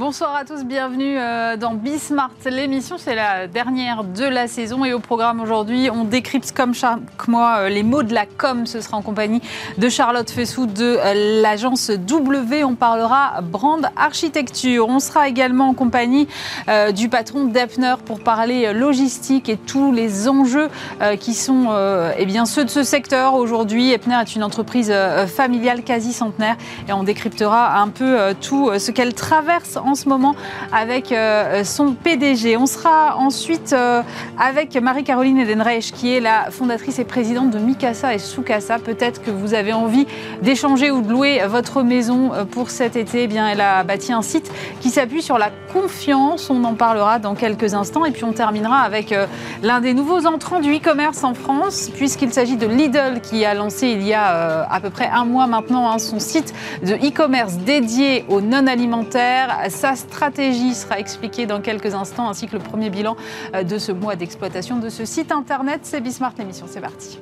Bonsoir à tous, bienvenue dans Bismart. L'émission, c'est la dernière de la saison et au programme aujourd'hui, on décrypte comme chaque mois les mots de la com. Ce sera en compagnie de Charlotte Fessou de l'agence W. On parlera brand architecture. On sera également en compagnie du patron d'Epner pour parler logistique et tous les enjeux qui sont ceux de ce secteur aujourd'hui. Epner est une entreprise familiale quasi centenaire et on décryptera un peu tout ce qu'elle traverse en ce moment avec son PDG. On sera ensuite avec Marie-Caroline Edenreich qui est la fondatrice et présidente de Mikasa et Sukasa. Peut-être que vous avez envie d'échanger ou de louer votre maison pour cet été. Eh bien, elle a bâti un site qui s'appuie sur la confiance. On en parlera dans quelques instants. Et puis on terminera avec l'un des nouveaux entrants du e-commerce en France, puisqu'il s'agit de Lidl qui a lancé il y a à peu près un mois maintenant son site de e-commerce dédié aux non-alimentaires. Sa stratégie sera expliquée dans quelques instants, ainsi que le premier bilan de ce mois d'exploitation de ce site internet. C'est Bismart l'émission, c'est parti.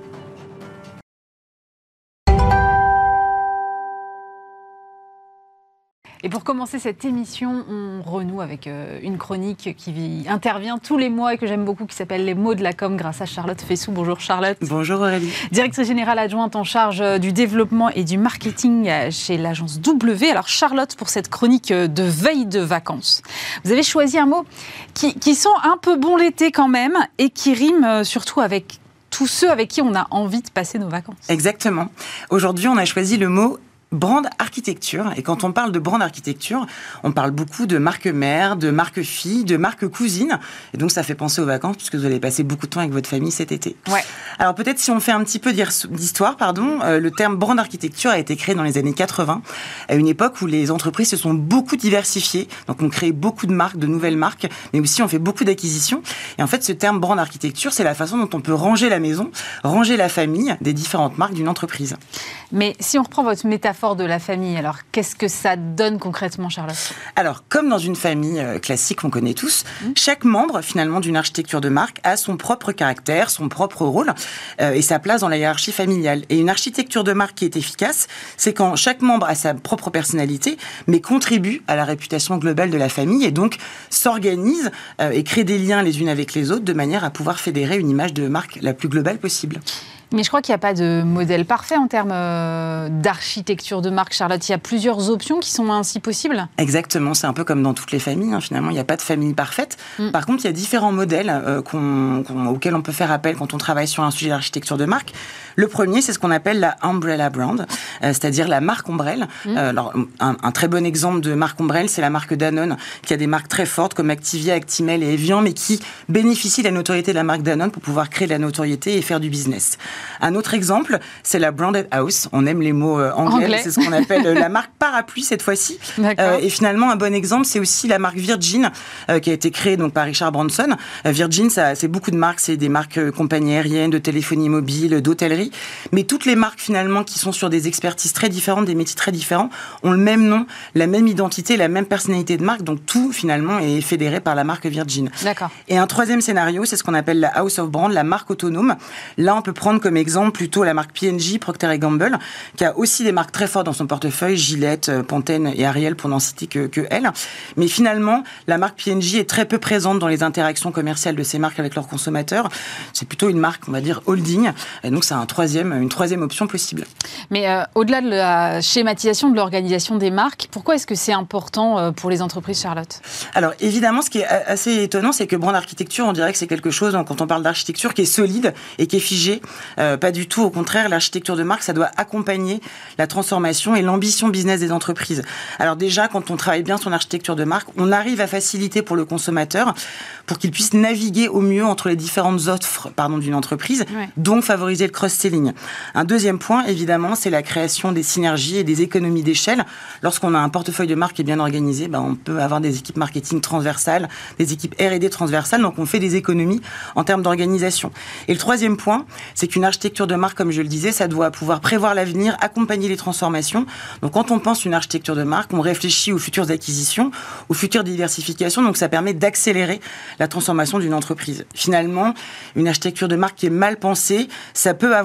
Et pour commencer cette émission, on renoue avec une chronique qui intervient tous les mois et que j'aime beaucoup, qui s'appelle Les mots de la com, grâce à Charlotte Fessou. Bonjour Charlotte. Bonjour Aurélie. Directrice générale adjointe en charge du développement et du marketing chez l'agence W. Alors Charlotte, pour cette chronique de veille de vacances, vous avez choisi un mot qui sent un peu bon l'été quand même et qui rime surtout avec tous ceux avec qui on a envie de passer nos vacances. Exactement. Aujourd'hui, on a choisi le mot brand architecture. Et quand on parle de brand architecture, on parle beaucoup de marque mère, de marque fille, de marque cousine. Et donc, ça fait penser aux vacances puisque vous allez passer beaucoup de temps avec votre famille cet été. Ouais. Alors, peut-être si on fait un petit peu d'histoire, le terme brand architecture a été créé dans les années 80, à une époque où les entreprises se sont beaucoup diversifiées. Donc, on crée beaucoup de marques, de nouvelles marques, mais aussi on fait beaucoup d'acquisitions. Et en fait, ce terme brand architecture, c'est la façon dont on peut ranger la maison, ranger la famille des différentes marques d'une entreprise. Mais si on reprend votre métaphore de la famille, alors qu'est-ce que ça donne concrètement, Charlotte ? Alors, comme dans une famille classique qu'on connaît tous, chaque membre, finalement, d'une architecture de marque a son propre caractère, son propre rôle et sa place dans la hiérarchie familiale. Et une architecture de marque qui est efficace, c'est quand chaque membre a sa propre personnalité, mais contribue à la réputation globale de la famille et donc s'organise et crée des liens les unes avec les autres de manière à pouvoir fédérer une image de marque la plus globale possible. Mais je crois qu'il n'y a pas de modèle parfait en termes d'architecture de marque, Charlotte. Il y a plusieurs options qui sont ainsi possibles. Exactement, c'est un peu comme dans toutes les familles. Finalement, il n'y a pas de famille parfaite. Par contre, il y a différents modèles auxquels on peut faire appel quand on travaille sur un sujet d'architecture de marque. Le premier, c'est ce qu'on appelle la umbrella brand, c'est-à-dire la marque ombrelle. Alors, un très bon exemple de marque ombrelle, c'est la marque Danone, qui a des marques très fortes comme Activia, Actimel et Evian, mais qui bénéficient de la notoriété de la marque Danone pour pouvoir créer de la notoriété et faire du business. Un autre exemple, c'est la branded house. On aime les mots anglais. C'est ce qu'on appelle la marque parapluie cette fois-ci. Et finalement, un bon exemple, c'est aussi la marque Virgin, qui a été créée donc par Richard Branson. Virgin, c'est beaucoup de marques. C'est des marques compagnies aériennes, de téléphonie mobile, d'hôtellerie. Mais toutes les marques finalement qui sont sur des expertises très différentes, des métiers très différents, ont le même nom, la même identité, la même personnalité de marque. Donc tout finalement est fédéré par la marque Virgin. D'accord. Et un troisième scénario, c'est ce qu'on appelle la house of brand, la marque autonome. Là, on peut prendre comme exemple plutôt la marque P&G, Procter & Gamble, qui a aussi des marques très fortes dans son portefeuille, Gillette, Pantene et Ariel, pour n'en citer que elle. Mais finalement, la marque P&G est très peu présente dans les interactions commerciales de ces marques avec leurs consommateurs. C'est plutôt une marque, on va dire, holding. Et donc, c'est une troisième option possible. Mais au-delà de la schématisation de l'organisation des marques, pourquoi est-ce que c'est important pour les entreprises, Charlotte ? Alors, évidemment, ce qui est assez étonnant, c'est que brand architecture, on dirait que c'est quelque chose, quand on parle d'architecture, qui est solide et qui est figé. Pas du tout, au contraire, l'architecture de marque, ça doit accompagner la transformation et l'ambition business des entreprises. Alors déjà, quand on travaille bien son architecture de marque, on arrive à faciliter pour le consommateur, pour qu'il puisse naviguer au mieux entre les différentes offres d'une entreprise, donc favoriser le cross-selling. Un deuxième point, évidemment, c'est la création des synergies et des économies d'échelle. Lorsqu'on a un portefeuille de marque qui est bien organisé, on peut avoir des équipes marketing transversales, des équipes R&D transversales, donc on fait des économies en termes d'organisation. Et le troisième point, c'est qu'une architecture de marque, comme je le disais, ça doit pouvoir prévoir l'avenir, accompagner les transformations. Donc quand on pense une architecture de marque, on réfléchit aux futures acquisitions, aux futures diversifications, donc ça permet d'accélérer la transformation d'une entreprise. Finalement, une architecture de marque qui est mal pensée, ça peut avoir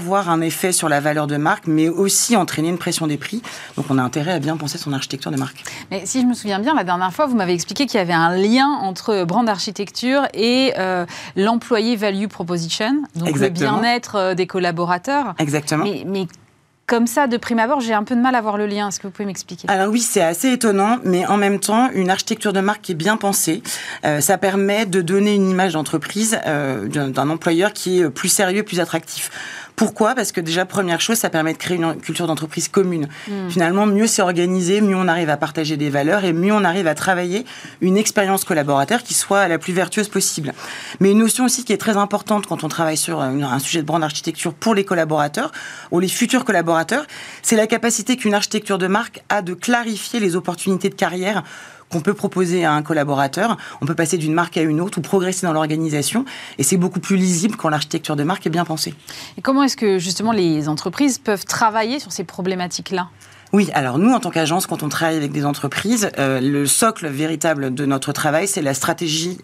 avoir un effet sur la valeur de marque, mais aussi entraîner une pression des prix. Donc on a intérêt à bien penser son architecture de marque. Mais si je me souviens bien, la dernière fois, vous m'avez expliqué qu'il y avait un lien entre brand architecture et l'employé value proposition, donc Exactement. le bien-être des collaborateurs. Exactement. Mais comme ça, de prime abord, j'ai un peu de mal à voir le lien. Est-ce que vous pouvez m'expliquer ? Alors oui, c'est assez étonnant, mais en même temps, une architecture de marque qui est bien pensée, ça permet de donner une image d'entreprise d'un employeur qui est plus sérieux, plus attractif. Pourquoi ? Parce que déjà, première chose, ça permet de créer une culture d'entreprise commune. Finalement, mieux c'est organisé, mieux on arrive à partager des valeurs et mieux on arrive à travailler une expérience collaborateur qui soit la plus vertueuse possible. Mais une notion aussi qui est très importante quand on travaille sur un sujet de brand architecture pour les collaborateurs ou les futurs collaborateurs, c'est la capacité qu'une architecture de marque a de clarifier les opportunités de carrière qu'on peut proposer à un collaborateur. On peut passer d'une marque à une autre ou progresser dans l'organisation. Et c'est beaucoup plus lisible quand l'architecture de marque est bien pensée. Et comment est-ce que, justement, les entreprises peuvent travailler sur ces problématiques-là ? Oui, alors nous, en tant qu'agence, quand on travaille avec des entreprises, le socle véritable de notre travail, c'est la stratégie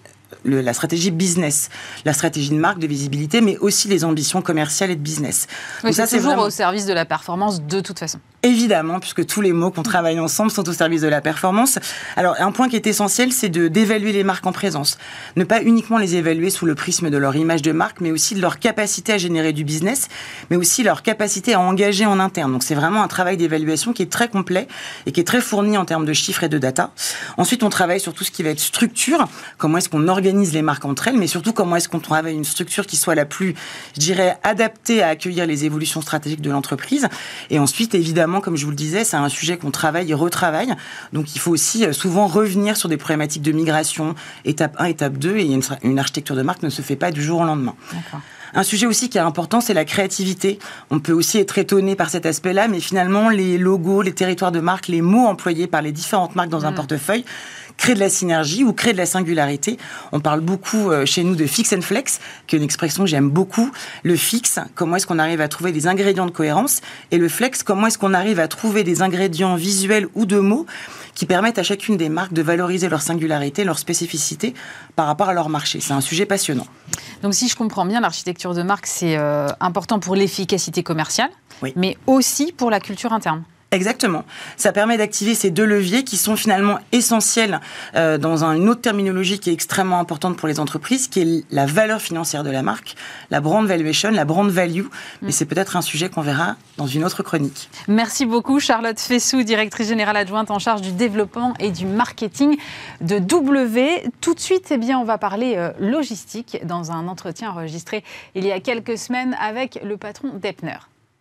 business, la stratégie de marque, de visibilité, mais aussi les ambitions commerciales et de business. Oui, donc ça, c'est toujours vraiment au service de la performance de toute façon. Évidemment, puisque tous les mots qu'on travaille ensemble sont au service de la performance. Alors, un point qui est essentiel, c'est d'évaluer les marques en présence. Ne pas uniquement les évaluer sous le prisme de leur image de marque, mais aussi de leur capacité à générer du business, mais aussi leur capacité à engager en interne. Donc, c'est vraiment un travail d'évaluation qui est très complet et qui est très fourni en termes de chiffres et de data. Ensuite, on travaille sur tout ce qui va être structure. Comment est-ce qu'on organise les marques entre elles, mais surtout comment est-ce qu'on travaille une structure qui soit la plus, je dirais, adaptée à accueillir les évolutions stratégiques de l'entreprise. Et ensuite, évidemment, comme je vous le disais, c'est un sujet qu'on travaille et retravaille. Donc, il faut aussi souvent revenir sur des problématiques de migration, étape 1, étape 2, et une architecture de marque ne se fait pas du jour au lendemain. D'accord. Un sujet aussi qui est important, c'est la créativité. On peut aussi être étonné par cet aspect-là, mais finalement, les logos, les territoires de marque, les mots employés par les différentes marques dans un portefeuille créer de la synergie ou créer de la singularité. On parle beaucoup chez nous de fix and flex, qui est une expression que j'aime beaucoup. Le fixe, comment est-ce qu'on arrive à trouver des ingrédients de cohérence, et le flex, comment est-ce qu'on arrive à trouver des ingrédients visuels ou de mots qui permettent à chacune des marques de valoriser leur singularité, leur spécificité par rapport à leur marché. C'est un sujet passionnant. Donc si je comprends bien, l'architecture de marque, c'est important pour l'efficacité commerciale, oui, mais aussi pour la culture interne. Exactement. Ça permet d'activer ces deux leviers qui sont finalement essentiels dans une autre terminologie qui est extrêmement importante pour les entreprises, qui est la valeur financière de la marque, la brand valuation, la brand value. Mais c'est peut-être un sujet qu'on verra dans une autre chronique. Merci beaucoup Charlotte Fessou, directrice générale adjointe en charge du développement et du marketing de W. Tout de suite, on va parler logistique dans un entretien enregistré il y a quelques semaines avec le patron d'Epner.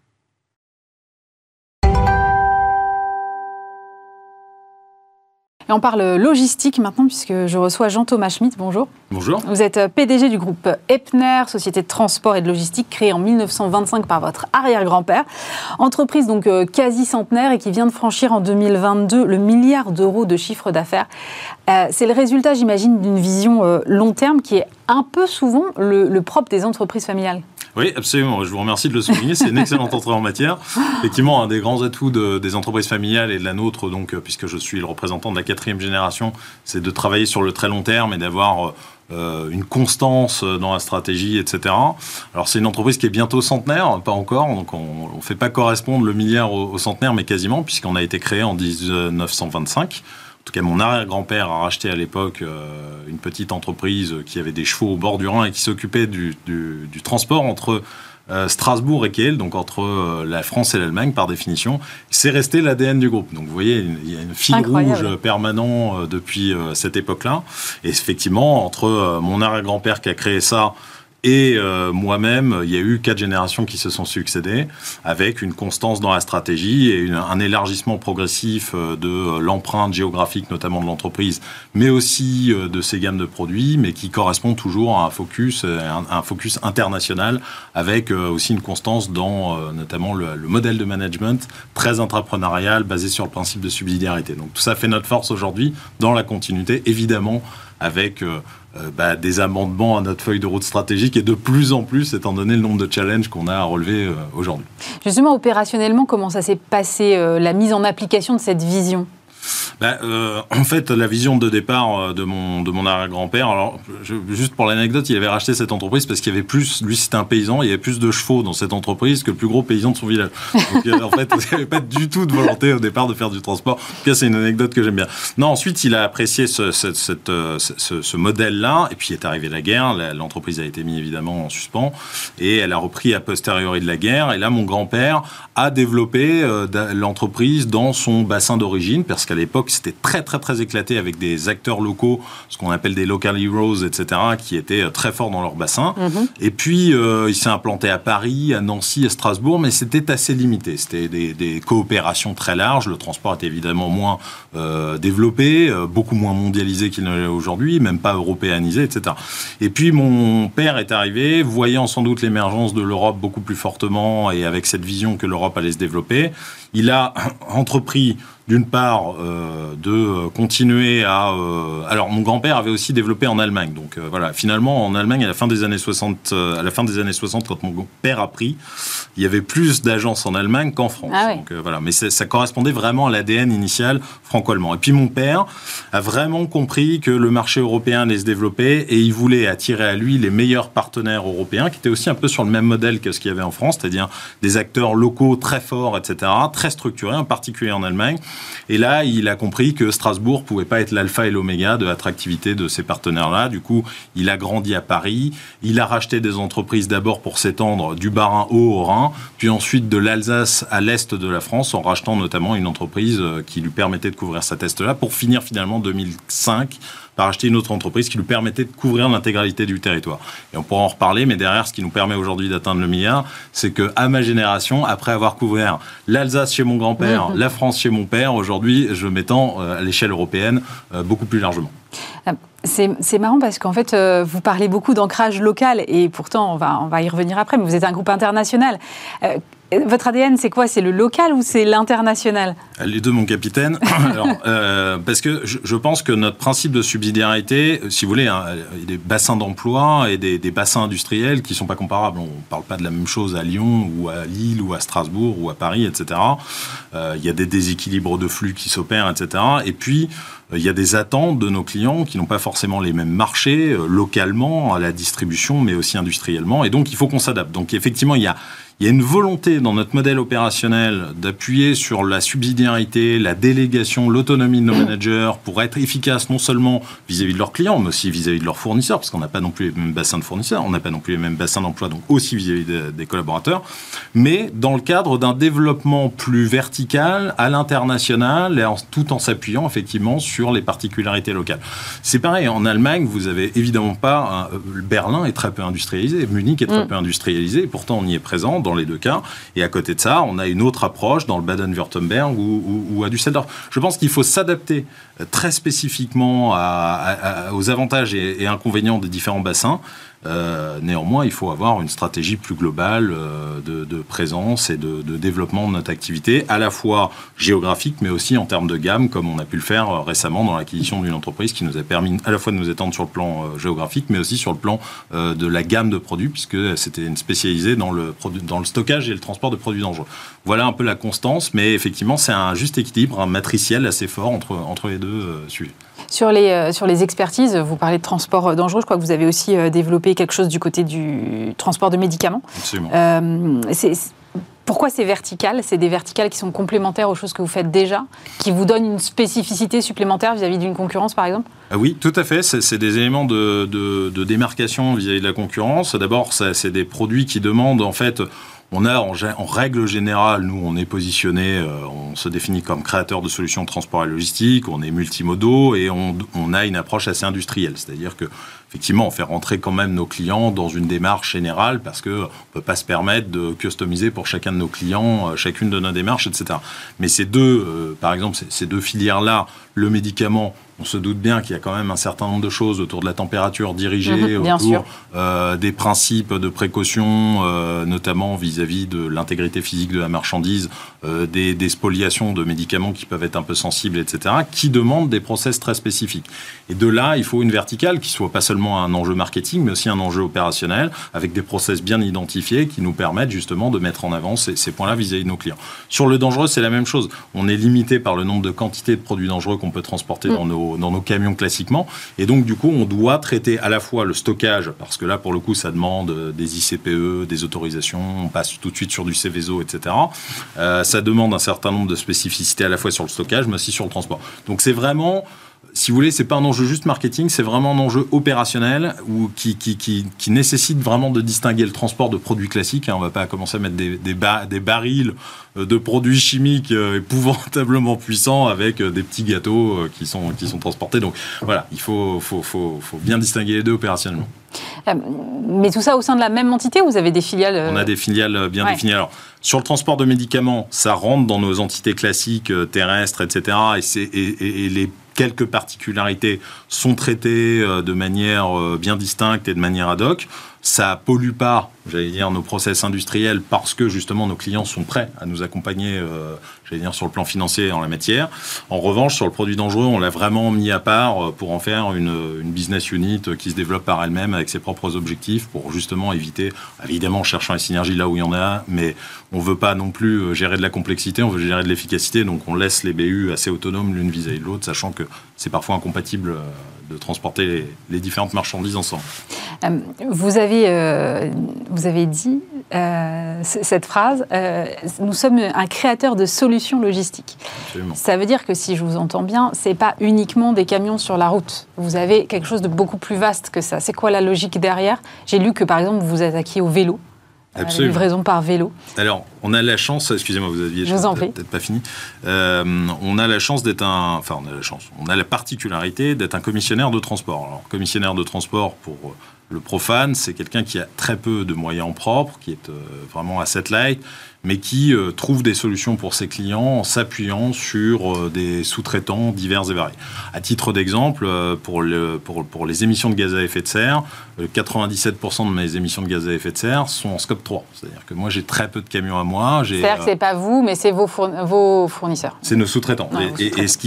Et on parle logistique maintenant puisque je reçois Jean-Thomas Schmitt. Bonjour. Bonjour. Vous êtes PDG du groupe Epner, société de transport et de logistique créée en 1925 par votre arrière-grand-père. Entreprise donc quasi centenaire et qui vient de franchir en 2022 le milliard d'euros de chiffre d'affaires. C'est le résultat, j'imagine, d'une vision long terme qui est un peu souvent le propre des entreprises familiales. Oui, absolument. Je vous remercie de le souligner. C'est une excellente entrée en matière. Effectivement, un des grands atouts des entreprises familiales et de la nôtre, donc, puisque je suis le représentant de la 4e génération, c'est de travailler sur le très long terme et d'avoir une constance dans la stratégie, etc. Alors, c'est une entreprise qui est bientôt centenaire, pas encore. Donc, on ne fait pas correspondre le milliard au centenaire, mais quasiment, puisqu'on a été créé en 1925. En tout cas, mon arrière-grand-père a racheté à l'époque une petite entreprise qui avait des chevaux au bord du Rhin et qui s'occupait du transport entre Strasbourg et Kiel, donc entre la France et l'Allemagne par définition. C'est resté l'ADN du groupe. Donc vous voyez, il y a une fil rouge permanent depuis cette époque-là. Et effectivement, entre mon arrière-grand-père qui a créé ça et moi-même, il y a eu 4 générations qui se sont succédées avec une constance dans la stratégie et un élargissement progressif de l'empreinte géographique, notamment de l'entreprise, mais aussi de ses gammes de produits, mais qui correspond toujours à un focus international avec aussi une constance dans notamment le modèle de management très intrapreneurial basé sur le principe de subsidiarité. Donc tout ça fait notre force aujourd'hui dans la continuité, évidemment, avec des amendements à notre feuille de route stratégique et de plus en plus, étant donné le nombre de challenges qu'on a à relever aujourd'hui. Justement, opérationnellement, comment ça s'est passé, la mise en application de cette vision ? En fait, la vision de départ de mon arrière-grand-père, alors juste pour l'anecdote, il avait racheté cette entreprise parce qu'il y avait plus, lui c'était un paysan, il y avait plus de chevaux dans cette entreprise que le plus gros paysan de son village. Donc en fait, il n'y avait pas du tout de volonté au départ de faire du transport. En tout cas, c'est une anecdote que j'aime bien. Non, ensuite, il a apprécié ce modèle-là, et puis est arrivée la guerre, l'entreprise a été mise évidemment en suspens, et elle a repris a posteriori de la guerre, et là, mon grand-père a développé l'entreprise dans son bassin d'origine, parce qu'à l'époque, c'était très, très, très éclaté avec des acteurs locaux, ce qu'on appelle des local heroes, etc., qui étaient très forts dans leur bassin. Et puis, il s'est implanté à Paris, à Nancy, à Strasbourg, mais c'était assez limité. C'était des coopérations très larges. Le transport était évidemment moins développé, beaucoup moins mondialisé qu'il ne l'est aujourd'hui, même pas européanisé, etc. Et puis, mon père est arrivé, voyant sans doute l'émergence de l'Europe beaucoup plus fortement et avec cette vision que l'Europe allait se développer. Il a entrepris d'une part, de continuer à... alors, mon grand-père avait aussi développé en Allemagne. Donc, voilà, finalement, en Allemagne, à la fin des années 60, quand mon père a pris, il y avait plus d'agences en Allemagne qu'en France. Ah oui. Donc, voilà. Mais ça correspondait vraiment à l'ADN initial franco-allemand. Et puis, mon père a vraiment compris que le marché européen allait se développer et il voulait attirer à lui les meilleurs partenaires européens, qui étaient aussi un peu sur le même modèle que ce qu'il y avait en France, c'est-à-dire des acteurs locaux très forts, etc., très structurés, en particulier en Allemagne. Et là, il a compris que Strasbourg ne pouvait pas être l'alpha et l'oméga de l'attractivité de ces partenaires-là. Du coup, il a grandi à Paris. Il a racheté des entreprises d'abord pour s'étendre du Bas-Rhin au Rhin, puis ensuite de l'Alsace à l'est de la France, en rachetant notamment une entreprise qui lui permettait de couvrir cet est-là, pour finir finalement en 2005 par acheter une autre entreprise qui lui permettait de couvrir l'intégralité du territoire. Et on pourra en reparler, mais derrière, ce qui nous permet aujourd'hui d'atteindre le milliard, c'est qu'à ma génération, après avoir couvert l'Alsace chez mon grand-père, la France chez mon père, aujourd'hui, je m'étends à l'échelle européenne beaucoup plus largement. C'est marrant parce qu'en fait, vous parlez beaucoup d'ancrage local et pourtant, on va y revenir après, mais vous êtes un groupe international. Votre ADN, c'est quoi? C'est le local ou c'est l'international? Les deux, mon capitaine. Alors, parce que je pense que notre principe de subsidiarité, si vous voulez, il y a des bassins d'emploi et des bassins industriels qui ne sont pas comparables. On ne parle pas de la même chose à Lyon ou à Lille ou à Strasbourg ou à Paris, etc. Il y a des déséquilibres de flux qui s'opèrent, etc. Et puis, il y a des attentes de nos clients qui n'ont pas forcément les mêmes marchés localement, à la distribution, mais aussi industriellement. Et donc, il faut qu'on s'adapte. Donc, effectivement, il y a une volonté dans notre modèle opérationnel d'appuyer sur la subsidiarité, la délégation, l'autonomie de nos managers pour être efficaces non seulement vis-à-vis de leurs clients, mais aussi vis-à-vis de leurs fournisseurs, parce qu'on n'a pas non plus les mêmes bassins de fournisseurs, on n'a pas non plus les mêmes bassins d'emploi, donc aussi vis-à-vis des collaborateurs, mais dans le cadre d'un développement plus vertical à l'international, et tout en s'appuyant effectivement sur les particularités locales. C'est pareil, en Allemagne, vous avez évidemment pas... Berlin est très peu industrialisé, Munich est très peu industrialisé, et pourtant on y est présent dans les deux cas. Et à côté de ça, on a une autre approche dans le Baden-Württemberg ou à Düsseldorf. Je pense qu'il faut s'adapter très spécifiquement aux avantages et inconvénients des différents bassins. Néanmoins, il faut avoir une stratégie plus globale de présence et de développement de notre activité, à la fois géographique, mais aussi en termes de gamme, comme on a pu le faire récemment dans l'acquisition d'une entreprise qui nous a permis à la fois de nous étendre sur le plan géographique, mais aussi sur le plan de la gamme de produits, puisque c'était une spécialisée dans le stockage et le transport de produits dangereux. Voilà un peu la constance, mais effectivement, c'est un juste équilibre, un matriciel assez fort entre les deux sujets. Sur les expertises, vous parlez de transport dangereux, je crois que vous avez aussi développé quelque chose du côté du transport de médicaments. Absolument. Pourquoi c'est vertical? C'est des verticales qui sont complémentaires aux choses que vous faites déjà, qui vous donnent une spécificité supplémentaire vis-à-vis d'une concurrence, par exemple? Oui, tout à fait. C'est des éléments de démarcation vis-à-vis de la concurrence. D'abord, c'est des produits qui demandent, en fait... On a, en règle générale, nous, on est positionné, on se définit comme créateur de solutions de transport et logistique, on est multimodaux et on a une approche assez industrielle. C'est-à-dire que, effectivement, on fait rentrer quand même nos clients dans une démarche générale parce qu'on ne peut pas se permettre de customiser pour chacun de nos clients, chacune de nos démarches, etc. Mais par exemple, ces deux filières-là, le médicament, on se doute bien qu'il y a quand même un certain nombre de choses autour de la température dirigée, autour des principes de précaution, notamment vis-à-vis de l'intégrité physique de la marchandise, des spoliations de médicaments qui peuvent être un peu sensibles, etc., qui demandent des process très spécifiques. Et de là, il faut une verticale qui soit pas seulement seulement un enjeu marketing, mais aussi un enjeu opérationnel, avec des process bien identifiés qui nous permettent justement de mettre en avant ces points-là vis-à-vis de nos clients. Sur le dangereux, c'est la même chose. On est limité par le nombre de quantités de produits dangereux qu'on peut transporter dans nos camions classiquement. Et donc, du coup, on doit traiter à la fois le stockage, parce que là, pour le coup, ça demande des ICPE, des autorisations, on passe tout de suite sur du Céveso, etc. Ça demande un certain nombre de spécificités à la fois sur le stockage, mais aussi sur le transport. Donc, c'est vraiment... Si vous voulez, c'est pas un enjeu juste marketing, c'est vraiment un enjeu opérationnel qui nécessite vraiment de distinguer le transport de produits classiques. On va pas commencer à mettre des barils de produits chimiques épouvantablement puissants avec des petits gâteaux qui sont transportés. Donc voilà, il faut bien distinguer les deux opérationnellement. Mais tout ça au sein de la même entité ou vous avez des filiales On a des filiales bien définies. Alors, sur le transport de médicaments, ça rentre dans nos entités classiques, terrestres, etc. Et les quelques particularités sont traitées de manière bien distincte et de manière ad hoc. Ça pollue pas, j'allais dire, nos process industriels parce que justement nos clients sont prêts à nous accompagner, j'allais dire, sur le plan financier en la matière. En revanche, sur le produit dangereux, on l'a vraiment mis à part pour en faire une business unit qui se développe par elle-même avec ses propres objectifs pour justement éviter, évidemment en cherchant les synergies là où il y en a, mais on veut pas non plus gérer de la complexité, on veut gérer de l'efficacité, donc on laisse les BU assez autonomes l'une vis-à-vis de l'autre, sachant que c'est parfois incompatible de transporter les différentes marchandises ensemble. Vous avez dit cette phrase, nous sommes un créateur de solutions logistiques. Absolument. Ça veut dire que si je vous entends bien, c'est pas uniquement des camions sur la route. Vous avez quelque chose de beaucoup plus vaste que ça. C'est quoi la logique derrière ? J'ai lu que par exemple vous vous attaquiez au vélo. La livraison par vélo. Alors, on a la chance, excusez-moi, vous aviez peut-être pas fini. On a la chance d'être on a la particularité d'être un commissionnaire de transport. Alors, commissionnaire de transport pour le profane, c'est quelqu'un qui a très peu de moyens propres, qui est vraiment asset light, mais qui trouve des solutions pour ses clients en s'appuyant sur des sous-traitants divers et variés. À titre d'exemple, pour les émissions de gaz à effet de serre, 97% de mes émissions de gaz à effet de serre sont en scope 3. C'est-à-dire que moi, j'ai très peu de camions à moi. C'est-à-dire que ce n'est pas vous, mais c'est vos fournisseurs. C'est nos sous-traitants. Et ce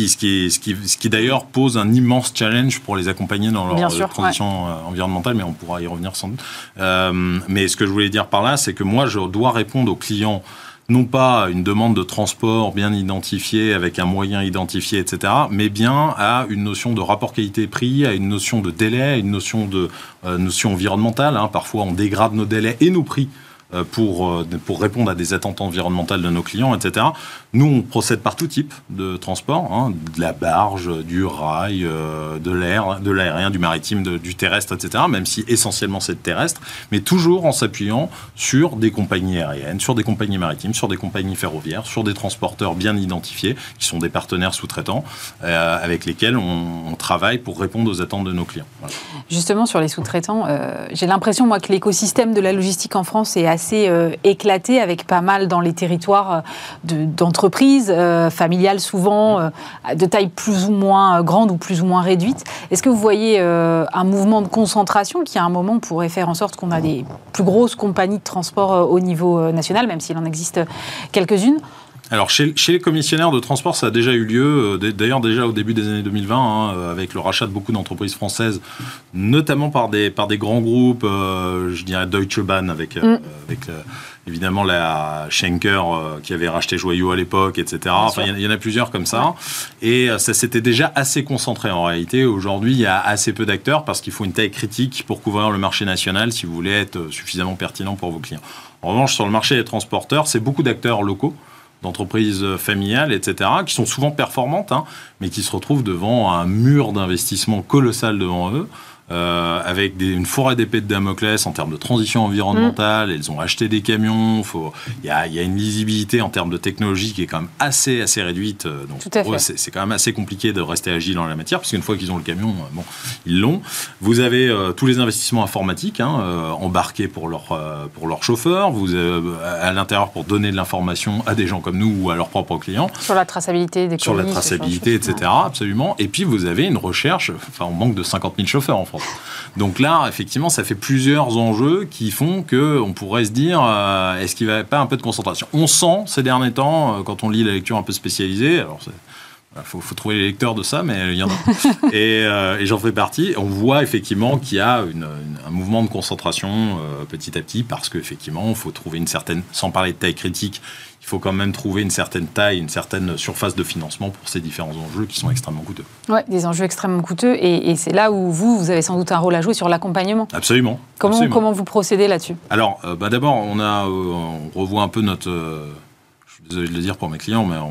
qui d'ailleurs pose un immense challenge pour les accompagner dans leur transition environnementale, mais on pourra y revenir sans doute. Mais ce que je voulais dire par là, c'est que moi, je dois répondre aux clients non pas à une demande de transport bien identifiée, avec un moyen identifié, etc., mais bien à une notion de rapport qualité-prix, à une notion de délai, à une notion environnementale. Parfois, on dégrade nos délais et nos prix pour répondre à des attentes environnementales de nos clients, etc. Nous, on procède par tout type de transport, de la barge, du rail, de l'air, de l'aérien, du maritime, du terrestre, etc., même si essentiellement c'est terrestre, mais toujours en s'appuyant sur des compagnies aériennes, sur des compagnies maritimes, sur des compagnies ferroviaires, sur des transporteurs bien identifiés, qui sont des partenaires sous-traitants, avec lesquels on travaille pour répondre aux attentes de nos clients. Voilà. Justement, sur les sous-traitants, j'ai l'impression, moi, que l'écosystème de la logistique en France est assez éclaté, avec pas mal dans les territoires d'entreprises familiales, souvent de taille plus ou moins grande ou plus ou moins réduite. Est-ce que vous voyez un mouvement de concentration qui, à un moment, pourrait faire en sorte qu'on a des plus grosses compagnies de transport au niveau national, même s'il en existe quelques-unes ? Alors, chez les commissionnaires de transport, ça a déjà eu lieu, d'ailleurs déjà au début des années 2020, avec le rachat de beaucoup d'entreprises françaises, notamment par des grands groupes, je dirais Deutsche Bahn, avec évidemment la Schenker qui avait racheté Joyau à l'époque, etc. Enfin, il y en a plusieurs comme ça. Et ça s'était déjà assez concentré en réalité. Aujourd'hui, il y a assez peu d'acteurs parce qu'il faut une taille critique pour couvrir le marché national si vous voulez être suffisamment pertinent pour vos clients. En revanche, sur le marché des transporteurs, c'est beaucoup d'acteurs locaux, d'entreprises familiales, etc., qui sont souvent performantes, mais qui se retrouvent devant un mur d'investissement colossal devant eux, avec une forêt d'épées de Damoclès en termes de transition environnementale. Elles ont acheté des camions. Il y a une lisibilité en termes de technologie qui est quand même assez réduite. Donc pour eux, c'est quand même assez compliqué de rester agile en la matière, parce qu'une fois qu'ils ont le camion, ils l'ont. Vous avez tous les investissements informatiques embarqués pour leurs chauffeurs. Vous avez à l'intérieur pour donner de l'information à des gens comme nous ou à leurs propres clients. Sur la traçabilité des colis. Sur la traçabilité, etc. Absolument. Et puis vous avez une recherche. On manque de 50 000 chauffeurs en France. Donc là, effectivement, ça fait plusieurs enjeux qui font qu'on pourrait se dire est-ce qu'il n'y a pas un peu de concentration ? On sent ces derniers temps, quand on lit la lecture un peu spécialisée, alors faut trouver les lecteurs de ça, mais il y en a. Et j'en fais partie. On voit effectivement qu'il y a un mouvement de concentration petit à petit, parce qu'effectivement, il faut trouver une certaine, sans parler de taille critique, il faut quand même trouver une certaine taille, une certaine surface de financement pour ces différents enjeux qui sont extrêmement coûteux. Oui, des enjeux extrêmement coûteux. Et c'est là où vous avez sans doute un rôle à jouer sur l'accompagnement. Absolument. Comment vous procédez là-dessus ? Alors, d'abord, on revoit un peu notre... je suis désolé de le dire pour mes clients, mais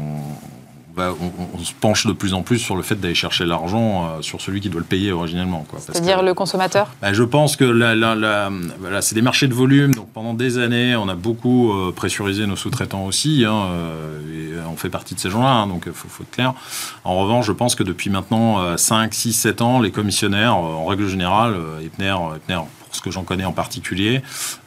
on se penche de plus en plus sur le fait d'aller chercher l'argent sur celui qui doit le payer originellement. C'est-à-dire le consommateur ? Je pense que voilà, c'est des marchés de volume. Donc pendant des années, on a beaucoup pressurisé nos sous-traitants aussi. Et on fait partie de ces gens-là, donc il faut être clair. En revanche, je pense que depuis maintenant 5, 6, 7 ans, les commissionnaires, en règle générale, Epner, ce que j'en connais en particulier,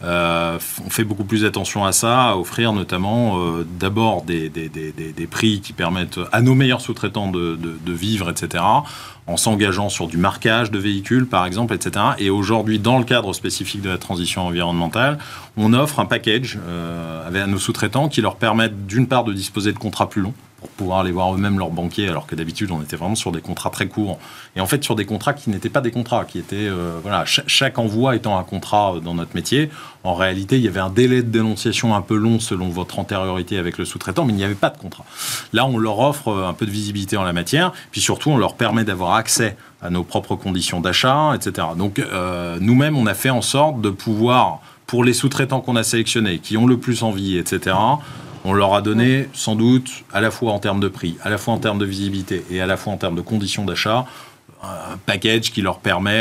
on fait beaucoup plus attention à ça, à offrir notamment d'abord des prix qui permettent à nos meilleurs sous-traitants de vivre, etc., en s'engageant sur du marquage de véhicules, par exemple, etc. Et aujourd'hui, dans le cadre spécifique de la transition environnementale, on offre un package à nos sous-traitants qui leur permettent d'une part de disposer de contrats plus longs, pour pouvoir aller voir eux-mêmes leurs banquiers, alors que d'habitude, on était vraiment sur des contrats très courts. Et en fait, sur des contrats qui n'étaient pas des contrats, qui étaient... chaque envoi étant un contrat dans notre métier, en réalité, il y avait un délai de dénonciation un peu long selon votre antériorité avec le sous-traitant, mais il n'y avait pas de contrat. Là, on leur offre un peu de visibilité en la matière, puis surtout, on leur permet d'avoir accès à nos propres conditions d'achat, etc. Donc, nous-mêmes, on a fait en sorte de pouvoir, pour les sous-traitants qu'on a sélectionnés, qui ont le plus envie, etc., on leur a donné, sans doute, à la fois en termes de prix, à la fois en termes de visibilité et à la fois en termes de conditions d'achat, un package qui leur permet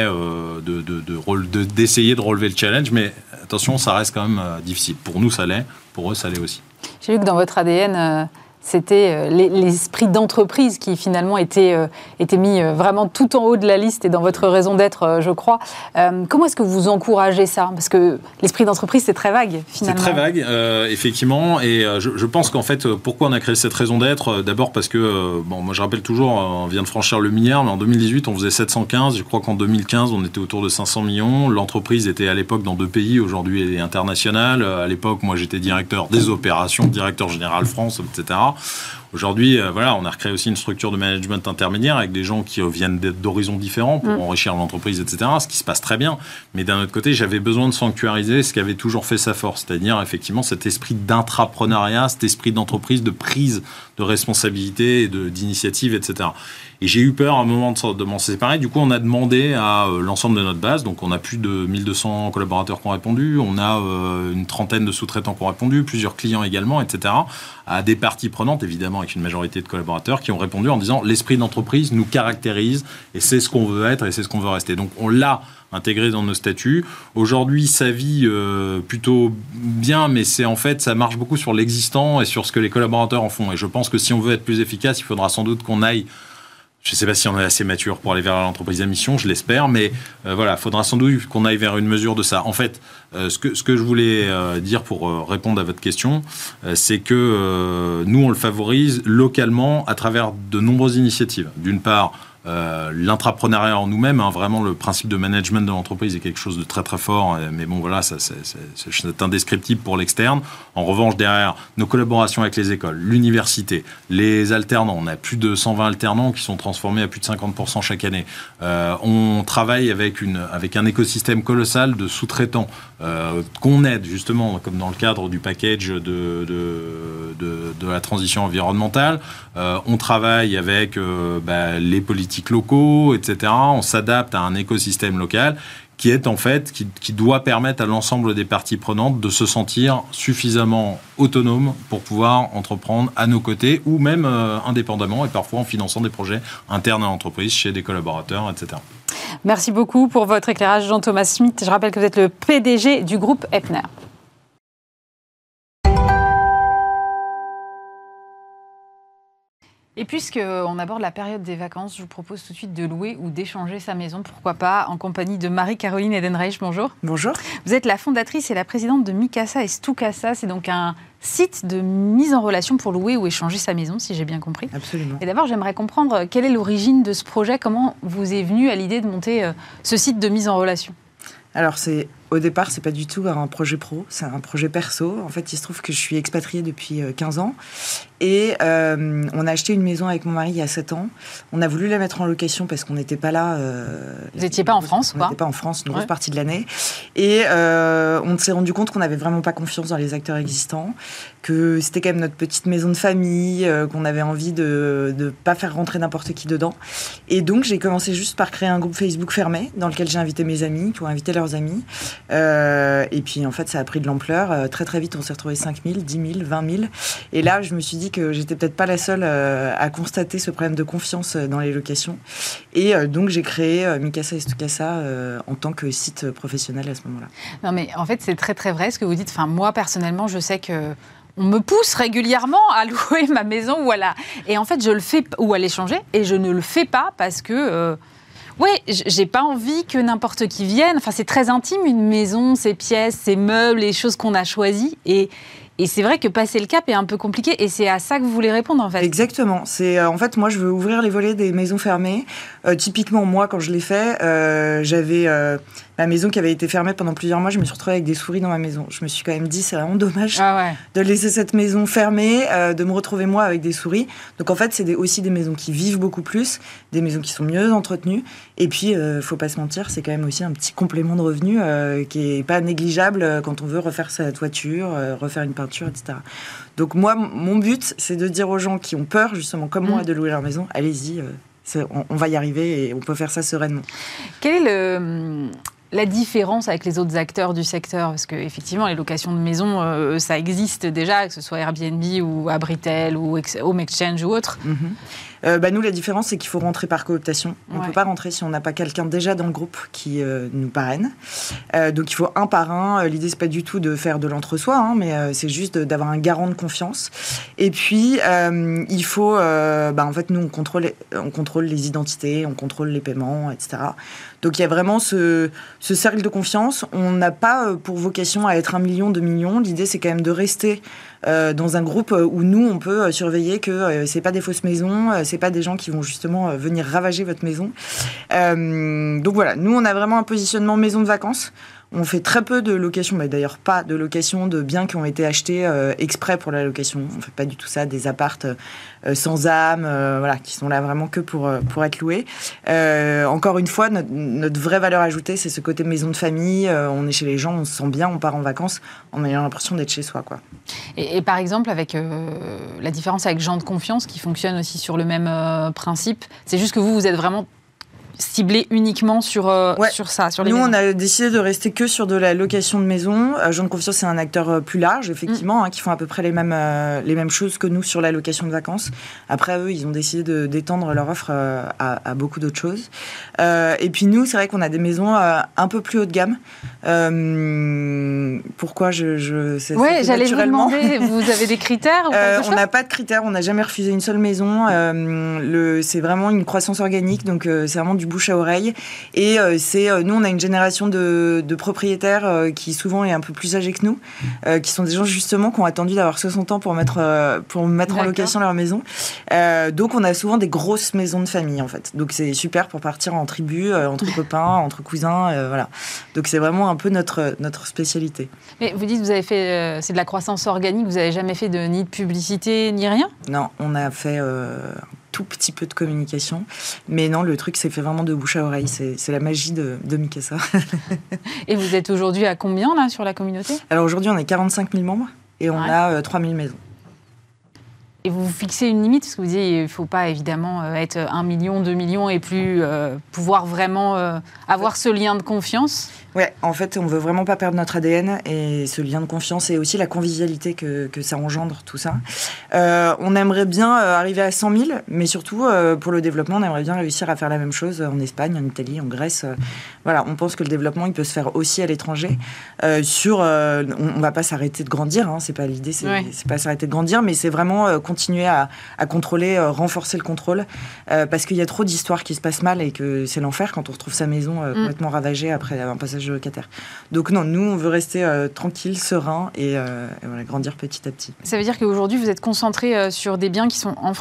d'essayer de relever le challenge. Mais attention, ça reste quand même difficile. Pour nous, ça l'est. Pour eux, ça l'est aussi. J'ai vu que dans votre ADN... c'était l'esprit d'entreprise qui finalement était mis vraiment tout en haut de la liste et dans votre raison d'être, je crois. Comment est-ce que vous encouragez ça ? Parce que l'esprit d'entreprise, c'est très vague, finalement. C'est très vague, effectivement. Et je pense qu'en fait, pourquoi on a créé cette raison d'être ? D'abord parce que, moi je rappelle toujours, on vient de franchir le milliard, mais en 2018, on faisait 715. Je crois qu'en 2015, on était autour de 500 millions. L'entreprise était à l'époque dans 2 pays. Aujourd'hui, elle est internationale. À l'époque, moi, j'étais directeur des opérations, directeur général France, etc. Aujourd'hui, on a recréé aussi une structure de management intermédiaire avec des gens qui viennent d'horizons différents pour enrichir l'entreprise, etc., ce qui se passe très bien. Mais d'un autre côté, j'avais besoin de sanctuariser ce qui avait toujours fait sa force, c'est-à-dire effectivement cet esprit d'intrapreneuriat, cet esprit d'entreprise, de prise de responsabilité, d'initiative, etc. Et j'ai eu peur à un moment de m'en séparer. Du coup, on a demandé à l'ensemble de notre base, donc on a plus de 1200 collaborateurs qui ont répondu, on a une trentaine de sous-traitants qui ont répondu, plusieurs clients également, etc., à des parties prenantes, évidemment, avec une majorité de collaborateurs qui ont répondu en disant « l'esprit d'entreprise nous caractérise et c'est ce qu'on veut être et c'est ce qu'on veut rester ». Donc, on l'a intégré dans nos statuts. Aujourd'hui, ça vit plutôt bien, mais c'est en fait, ça marche beaucoup sur l'existant et sur ce que les collaborateurs en font. Et je pense que si on veut être plus efficace, il faudra sans doute qu'on aille... Je ne sais pas si on est assez mature pour aller vers l'entreprise à mission, je l'espère, mais il faudra sans doute qu'on aille vers une mesure de ça. En fait, ce que je voulais dire pour répondre à votre question, c'est que nous, on le favorise localement à travers de nombreuses initiatives. D'une part, l'intrapreneuriat en nous-mêmes, vraiment le principe de management de l'entreprise est quelque chose de très très fort, mais bon voilà, c'est indescriptible pour l'externe. En revanche, derrière, nos collaborations avec les écoles, l'université, les alternants, on a plus de 120 alternants qui sont transformés à plus de 50% chaque année. On travaille avec un écosystème colossal de sous-traitants qu'on aide justement, comme dans le cadre du package de la transition environnementale. On travaille avec les politiques locaux, etc. On s'adapte à un écosystème local qui est en fait, qui doit permettre à l'ensemble des parties prenantes de se sentir suffisamment autonomes pour pouvoir entreprendre à nos côtés ou même indépendamment et parfois en finançant des projets internes à l'entreprise chez des collaborateurs, etc. Merci beaucoup pour votre éclairage, Jean-Thomas Smith. Je rappelle que vous êtes le PDG du groupe Epner. Et puisqu'on aborde la période des vacances, je vous propose tout de suite de louer ou d'échanger sa maison, pourquoi pas, en compagnie de Marie-Caroline Edenreich. Bonjour. Bonjour. Vous êtes la fondatrice et la présidente de Mikasa et Stoukasa. C'est donc un site de mise en relation pour louer ou échanger sa maison, si j'ai bien compris. Absolument. Et d'abord, j'aimerais comprendre quelle est l'origine de ce projet, comment vous est venu à l'idée de monter ce site de mise en relation ? Alors, c'est Au départ, c'est pas du tout un projet pro, c'est un projet perso. En fait, il se trouve que je suis expatriée depuis 15 ans et on a acheté une maison avec mon mari il y a 7 ans. On a voulu la mettre en location parce qu'on n'était pas là. Vous n'étiez pas en France, quoi. On n'était pas en France une grosse partie de l'année. Et on s'est rendu compte qu'on n'avait vraiment pas confiance dans les acteurs existants, que c'était quand même notre petite maison de famille, qu'on avait envie de ne pas faire rentrer n'importe qui dedans. Et donc, j'ai commencé juste par créer un groupe Facebook fermé dans lequel j'ai invité mes amis pour inviter leurs amis. Et puis, en fait, ça a pris de l'ampleur. Très, très vite, on s'est retrouvés 5 000, 10 000, 20 000. Et là, je me suis dit que j'étais peut-être pas la seule à constater ce problème de confiance dans les locations. Et donc, j'ai créé Mikasa et Stucasa en tant que site professionnel à ce moment-là. Non, mais en fait, c'est très, très vrai ce que vous dites. Enfin, moi, personnellement, je sais que on me pousse régulièrement à louer ma maison et en fait, je le fais ou à l'échanger et je ne le fais pas parce que j'ai pas envie que n'importe qui vienne. Enfin, c'est très intime une maison, ses pièces, ses meubles, les choses qu'on a choisies et c'est vrai que passer le cap est un peu compliqué et c'est à ça que vous voulez répondre en fait. Exactement. C'est en fait moi je veux ouvrir les volets des maisons fermées. Typiquement moi quand je l'ai fait, j'avais ma maison qui avait été fermée pendant plusieurs mois. Je me suis retrouvée avec des souris dans ma maison. Je me suis quand même dit c'est vraiment dommage de laisser cette maison fermée, de me retrouver moi avec des souris. Donc en fait c'est aussi des maisons qui vivent beaucoup plus, des maisons qui sont mieux entretenues. Et puis faut pas se mentir, c'est quand même aussi un petit complément de revenu qui est pas négligeable quand on veut refaire sa toiture, refaire une peinture, etc. Donc moi, mon but, c'est de dire aux gens qui ont peur, justement, comme moi, de louer leur maison, allez-y, on va y arriver et on peut faire ça sereinement. Quelle est la différence avec les autres acteurs du secteur? Parce qu'effectivement, les locations de maisons, ça existe déjà, que ce soit Airbnb ou Abritel ou Home Exchange ou autre. Nous, la différence, c'est qu'il faut rentrer par cooptation. On ne peut pas rentrer si on n'a pas quelqu'un déjà dans le groupe qui nous parraine. Donc, il faut un par un. L'idée, c'est pas du tout de faire de l'entre-soi, mais c'est juste d'avoir un garant de confiance. Et puis, il faut... en fait, nous, on contrôle les identités, on contrôle les paiements, etc. Donc, il y a vraiment ce cercle de confiance. On n'a pas pour vocation à être 1 million, 2 millions. L'idée, c'est quand même de rester dans un groupe où nous, on peut surveiller que c'est pas des fausses maisons, c'est pas des gens qui vont justement venir ravager votre maison. Donc voilà, nous, on a vraiment un positionnement maison de vacances. On fait très peu de location, mais d'ailleurs pas de location de biens qui ont été achetés exprès pour la location. On fait pas du tout ça, des appartes sans âme, qui sont là vraiment que pour être loués. Encore une fois, notre vraie valeur ajoutée, c'est ce côté maison de famille. On est chez les gens, on se sent bien, on part en vacances, on a l'impression d'être chez soi, quoi. Et par exemple, avec la différence avec Gens de Confiance, qui fonctionne aussi sur le même principe, c'est juste que vous êtes vraiment ciblé uniquement sur ça, sur les maisons. Nous, on a décidé de rester que sur de la location de maison. Gens de Confiance, c'est un acteur plus large, effectivement, qui font à peu près les mêmes choses que nous sur la location de vacances. Après, eux, ils ont décidé d'étendre leur offre à beaucoup d'autres choses. Et puis nous, c'est vrai qu'on a des maisons un peu plus haut de gamme. Pourquoi j'allais vous demander, vous avez des critères ou quelque chose ? On n'a pas de critères, on n'a jamais refusé une seule maison. C'est vraiment une croissance organique, donc c'est vraiment du bouche à oreille. Et nous, on a une génération de propriétaires qui souvent est un peu plus âgés que nous, qui sont des gens justement qui ont attendu d'avoir 60 ans pour mettre en location leur maison. Donc, on a souvent des grosses maisons de famille, en fait. Donc, c'est super pour partir en tribu, entre copains, entre cousins, voilà. Donc, c'est vraiment un peu notre spécialité. Mais vous dites, vous avez fait, c'est de la croissance organique, vous n'avez jamais fait ni de publicité, ni rien ? Non, on a fait tout petit peu de communication. Mais non, le truc s'est fait vraiment de bouche à oreille. C'est la magie de Mikasa. Et vous êtes aujourd'hui à combien, là, sur la communauté ? Alors aujourd'hui, on est 45 000 membres et on a 3 000 maisons. Et vous fixez une limite, parce que vous disiez qu'il ne faut pas évidemment être 1 million, 2 millions et plus pouvoir vraiment avoir ce lien de confiance. Ouais, en fait, on veut vraiment pas perdre notre ADN et ce lien de confiance et aussi la convivialité que ça engendre, tout ça. On aimerait bien arriver à 100 000, mais surtout, pour le développement, on aimerait bien réussir à faire la même chose en Espagne, en Italie, en Grèce. Voilà, on pense que le développement, il peut se faire aussi à l'étranger. On va pas s'arrêter de grandir, c'est pas l'idée, c'est pas s'arrêter de grandir, mais c'est vraiment continuer à contrôler, renforcer le contrôle, parce qu'il y a trop d'histoires qui se passent mal et que c'est l'enfer quand on retrouve sa maison complètement ravagée après un passage de locataire. Donc non, nous, on veut rester tranquille, serein et grandir petit à petit. Ça veut dire qu'aujourd'hui, vous êtes concentré sur des biens qui sont en France ?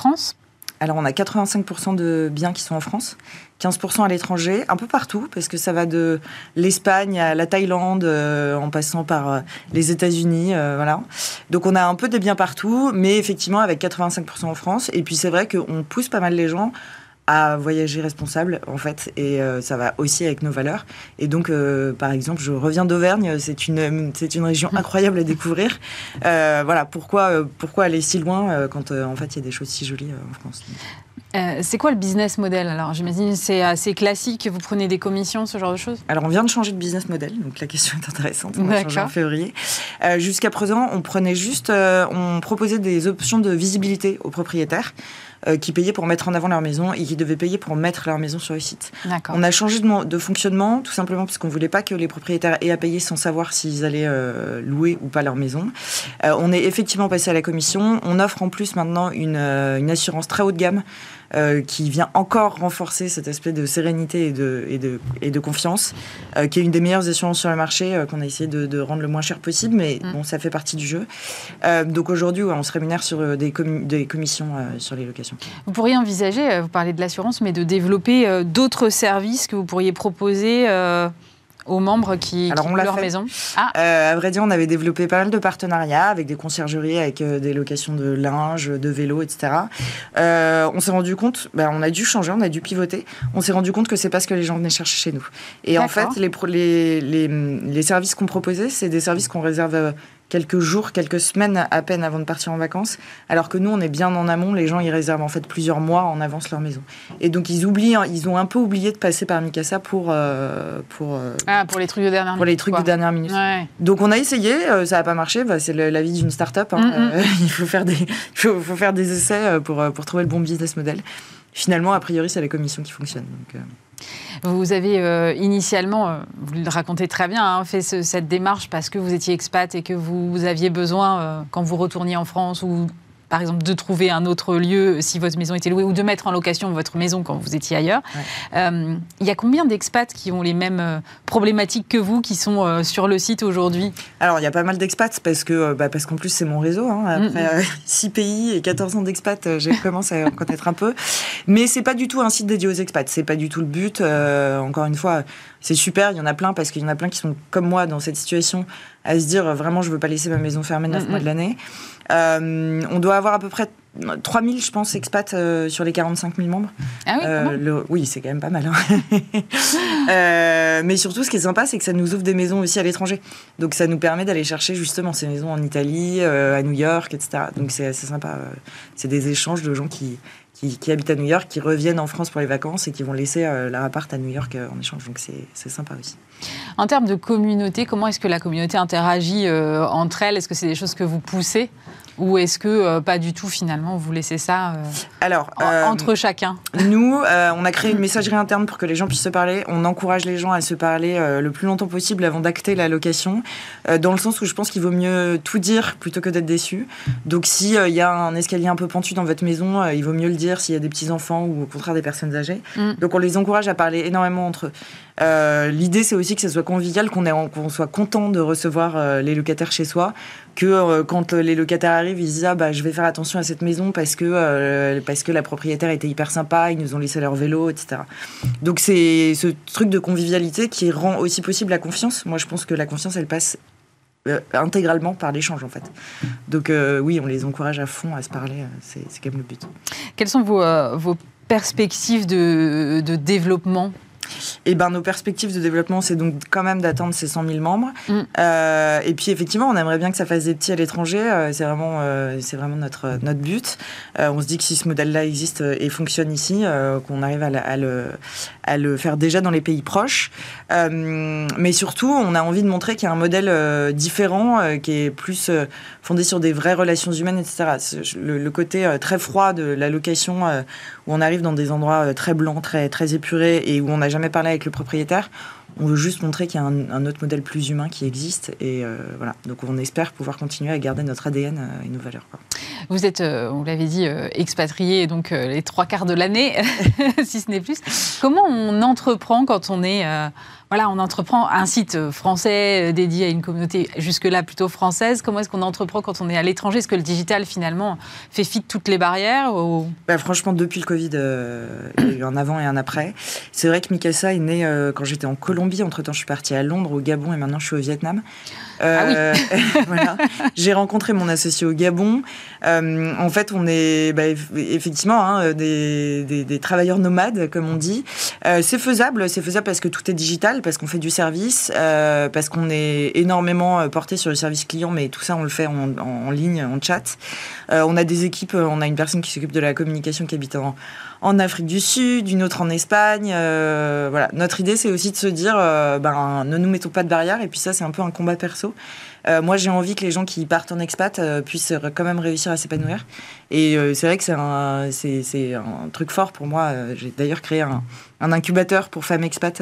Alors, on a 85% de biens qui sont en France, 15% à l'étranger, un peu partout, parce que ça va de l'Espagne à la Thaïlande, en passant par les États-Unis, voilà. Donc, on a un peu des biens partout, mais effectivement, avec 85% en France. Et puis, c'est vrai qu'on pousse pas mal les gens à voyager responsable, en fait, et ça va aussi avec nos valeurs. Et donc, par exemple, je reviens d'Auvergne, c'est une région incroyable à découvrir. Voilà, pourquoi aller si loin quand, en fait, il y a des choses si jolies en France. C'est quoi le business model? Alors, j'imagine que c'est assez classique, vous prenez des commissions, ce genre de choses? Alors, on vient de changer de business model, donc la question est intéressante. On a changé en février. Jusqu'à présent, on proposait des options de visibilité aux propriétaires qui payaient pour mettre en avant leur maison et qui devaient payer pour mettre leur maison sur le site. On a changé de fonctionnement, tout simplement parce qu'on ne voulait pas que les propriétaires aient à payer sans savoir s'ils allaient louer ou pas leur maison. On est effectivement passé à la commission. On offre en plus maintenant une assurance très haut de gamme qui vient encore renforcer cet aspect de sérénité et de confiance, qui est une des meilleures assurances sur le marché, qu'on a essayé de rendre le moins cher possible, mais bon, ça fait partie du jeu. Donc aujourd'hui, on se rémunère sur des commissions sur les locations. Vous pourriez envisager, vous parlez de l'assurance, mais de développer d'autres services que vous pourriez proposer aux membres qui louent leur maison? À vrai dire, on avait développé pas mal de partenariats avec des conciergeries, avec des locations de linge, de vélos, etc. On s'est rendu compte, on a dû changer, on a dû pivoter. On s'est rendu compte que c'est pas ce que les gens venaient chercher chez nous. Et en fait, les services qu'on proposait, c'est des services qu'on réserve quelques jours, quelques semaines à peine avant de partir en vacances, alors que nous, on est bien en amont. Les gens, ils réservent en fait plusieurs mois en avance leur maison. Et donc, ils ont un peu oublié de passer par Mikasa pour les trucs de dernière minute. Pour les trucs de dernière minute. Ouais. Donc, on a essayé, ça n'a pas marché. C'est la vie d'une start-up. Il faut faire des essais pour trouver le bon business model. Finalement, a priori, c'est la commission qui fonctionne. Donc, Vous avez initialement, vous le racontez très bien, fait cette démarche parce que vous étiez expat et que vous aviez besoin, quand vous retourniez en France ou par exemple de trouver un autre lieu si votre maison était louée ou de mettre en location votre maison quand vous étiez ailleurs. Il y a combien d'expats qui ont les mêmes problématiques que vous, qui sont sur le site aujourd'hui? Alors, il y a pas mal d'expats parce qu'en plus, c'est mon réseau. Après 6 pays et 14 ans d'expats, je commence à en connaître un peu. Mais c'est pas du tout un site dédié aux expats. C'est pas du tout le but. Encore une fois, c'est super. Il y en a plein parce qu'il y en a plein qui sont comme moi dans cette situation à se dire vraiment, je veux pas laisser ma maison fermée 9 mois de l'année. On doit avoir à peu près 3000, je pense, expats sur les 45 000 membres. Ah oui, oui, c'est quand même pas mal. Mais surtout, ce qui est sympa, c'est que ça nous ouvre des maisons aussi à l'étranger. Donc, ça nous permet d'aller chercher justement ces maisons en Italie, à New York, etc. Donc, c'est assez sympa. C'est des échanges de gens qui habitent à New York, qui reviennent en France pour les vacances et qui vont laisser leur appart à New York en échange. Donc, c'est sympa aussi. En termes de communauté, comment est-ce que la communauté interagit entre elles? Est-ce que c'est des choses que vous poussez? Ou est-ce que pas du tout, finalement, vous laissez ça entre chacun? Nous, on a créé une messagerie interne pour que les gens puissent se parler. On encourage les gens à se parler le plus longtemps possible avant d'acter la location, dans le sens où je pense qu'il vaut mieux tout dire plutôt que d'être déçu. Donc, s'il y a un escalier un peu pentu dans votre maison, il vaut mieux le dire s'il y a des petits-enfants ou au contraire des personnes âgées. Donc, on les encourage à parler énormément entre eux. L'idée, c'est aussi que ça soit convivial, qu'on soit content de recevoir les locataires chez soi, que quand les locataires arrivent, ils disent je vais faire attention à cette maison parce que la propriétaire était hyper sympa, ils nous ont laissé leur vélo, etc. Donc c'est ce truc de convivialité qui rend aussi possible la confiance. Moi, je pense que la confiance, elle passe intégralement par l'échange, en fait. Donc oui, on les encourage à fond à se parler, c'est quand même le but. Quelles sont vos perspectives de développement? Nos perspectives de développement, c'est donc quand même d'atteindre ces 100 000 membres. Et puis, effectivement, on aimerait bien que ça fasse des petits à l'étranger. C'est vraiment notre but. On se dit que si ce modèle-là existe et fonctionne ici, qu'on arrive à le faire déjà dans les pays proches. Mais surtout, on a envie de montrer qu'il y a un modèle différent, qui est plus fondé sur des vraies relations humaines, etc. Le côté très froid de la location, où on arrive dans des endroits très blancs, très, très épurés, et où on n'a jamais parlé avec le propriétaire, On veut juste montrer qu'il y a un autre modèle plus humain qui existe. Et voilà. Donc, on espère pouvoir continuer à garder notre ADN et nos valeurs, quoi. Vous êtes, on l'avait dit, expatrié donc les 3/4 de l'année, si ce n'est plus. Comment on entreprend quand on est... on entreprend un site français dédié à une communauté jusque-là plutôt française. Comment est-ce qu'on entreprend quand on est à l'étranger ? Est-ce que le digital, finalement, fait fi de toutes les barrières ou... Franchement, depuis le Covid, il y a eu un avant et un après. C'est vrai que Mikasa est née quand j'étais en Colombie. Entre-temps, je suis partie à Londres, au Gabon, et maintenant, je suis au Vietnam. Ah oui. Voilà. J'ai rencontré mon associé au Gabon. En fait, on est effectivement des travailleurs nomades, comme on dit. C'est faisable parce que tout est digital, parce qu'on fait du service, parce qu'on est énormément porté sur le service client, mais tout ça, on le fait en ligne, en chat. On a des équipes, on a une personne qui s'occupe de la communication qui habite en Afrique du Sud, une autre en Espagne. Voilà. Notre idée, c'est aussi de se dire, ne nous mettons pas de barrières. Et puis ça, c'est un peu un combat perso. Moi, j'ai envie que les gens qui partent en expat puissent quand même réussir à s'épanouir. Et c'est vrai que c'est un truc fort pour moi. J'ai d'ailleurs créé un incubateur pour femmes expats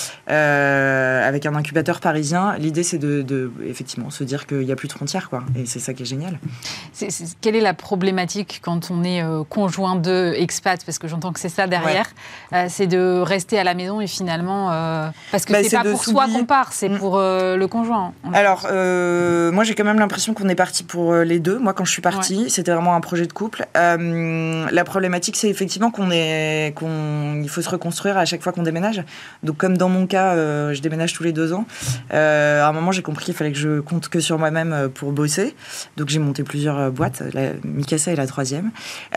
avec un incubateur parisien. L'idée, c'est de effectivement se dire qu'il n'y a plus de frontières, quoi. Et c'est ça qui est génial. Quelle est la problématique quand on est conjoint de expats ? Parce que j'entends que c'est ça derrière. Ouais. C'est de rester à la maison et finalement... parce que c'est pas pour soi qu'on part, c'est pour le conjoint. Alors, moi, j'ai quand même l'impression qu'on est parti pour les deux. Moi, quand je suis partie, c'était vraiment un projet de couple. La problématique, c'est effectivement qu'il faut se reconstruire à chaque fois qu'on déménage. Donc, comme dans mon cas, je déménage tous les 2 ans. À un moment, j'ai compris qu'il fallait que je compte que sur moi-même pour bosser. Donc, j'ai monté plusieurs boîtes. Mikasa est la 3e.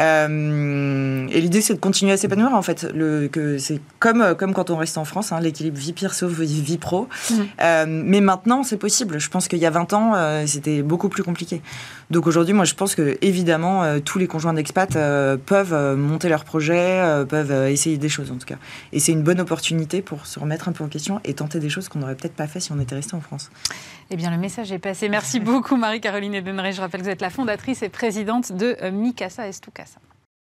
Et l'idée, c'est de continuer à s'épanouir, en fait. C'est comme quand on reste en France, l'équilibre vie perso, vie pro. Mais maintenant, c'est possible. Je pense qu'il y a 20 ans, c'était beaucoup plus compliqué. Donc, aujourd'hui, moi, je pense que, évidemment, tous les conjoints d'expat peuvent monter leurs projets, peuvent essayer des choses, en tout cas. Et c'est une bonne opportunité pour se remettre un peu en question et tenter des choses qu'on n'aurait peut-être pas fait si on était resté en France. Eh bien, le message est passé. Merci beaucoup, Marie-Caroline Edenrey. Je rappelle que vous êtes la fondatrice et présidente de Mikasa Estoucasa.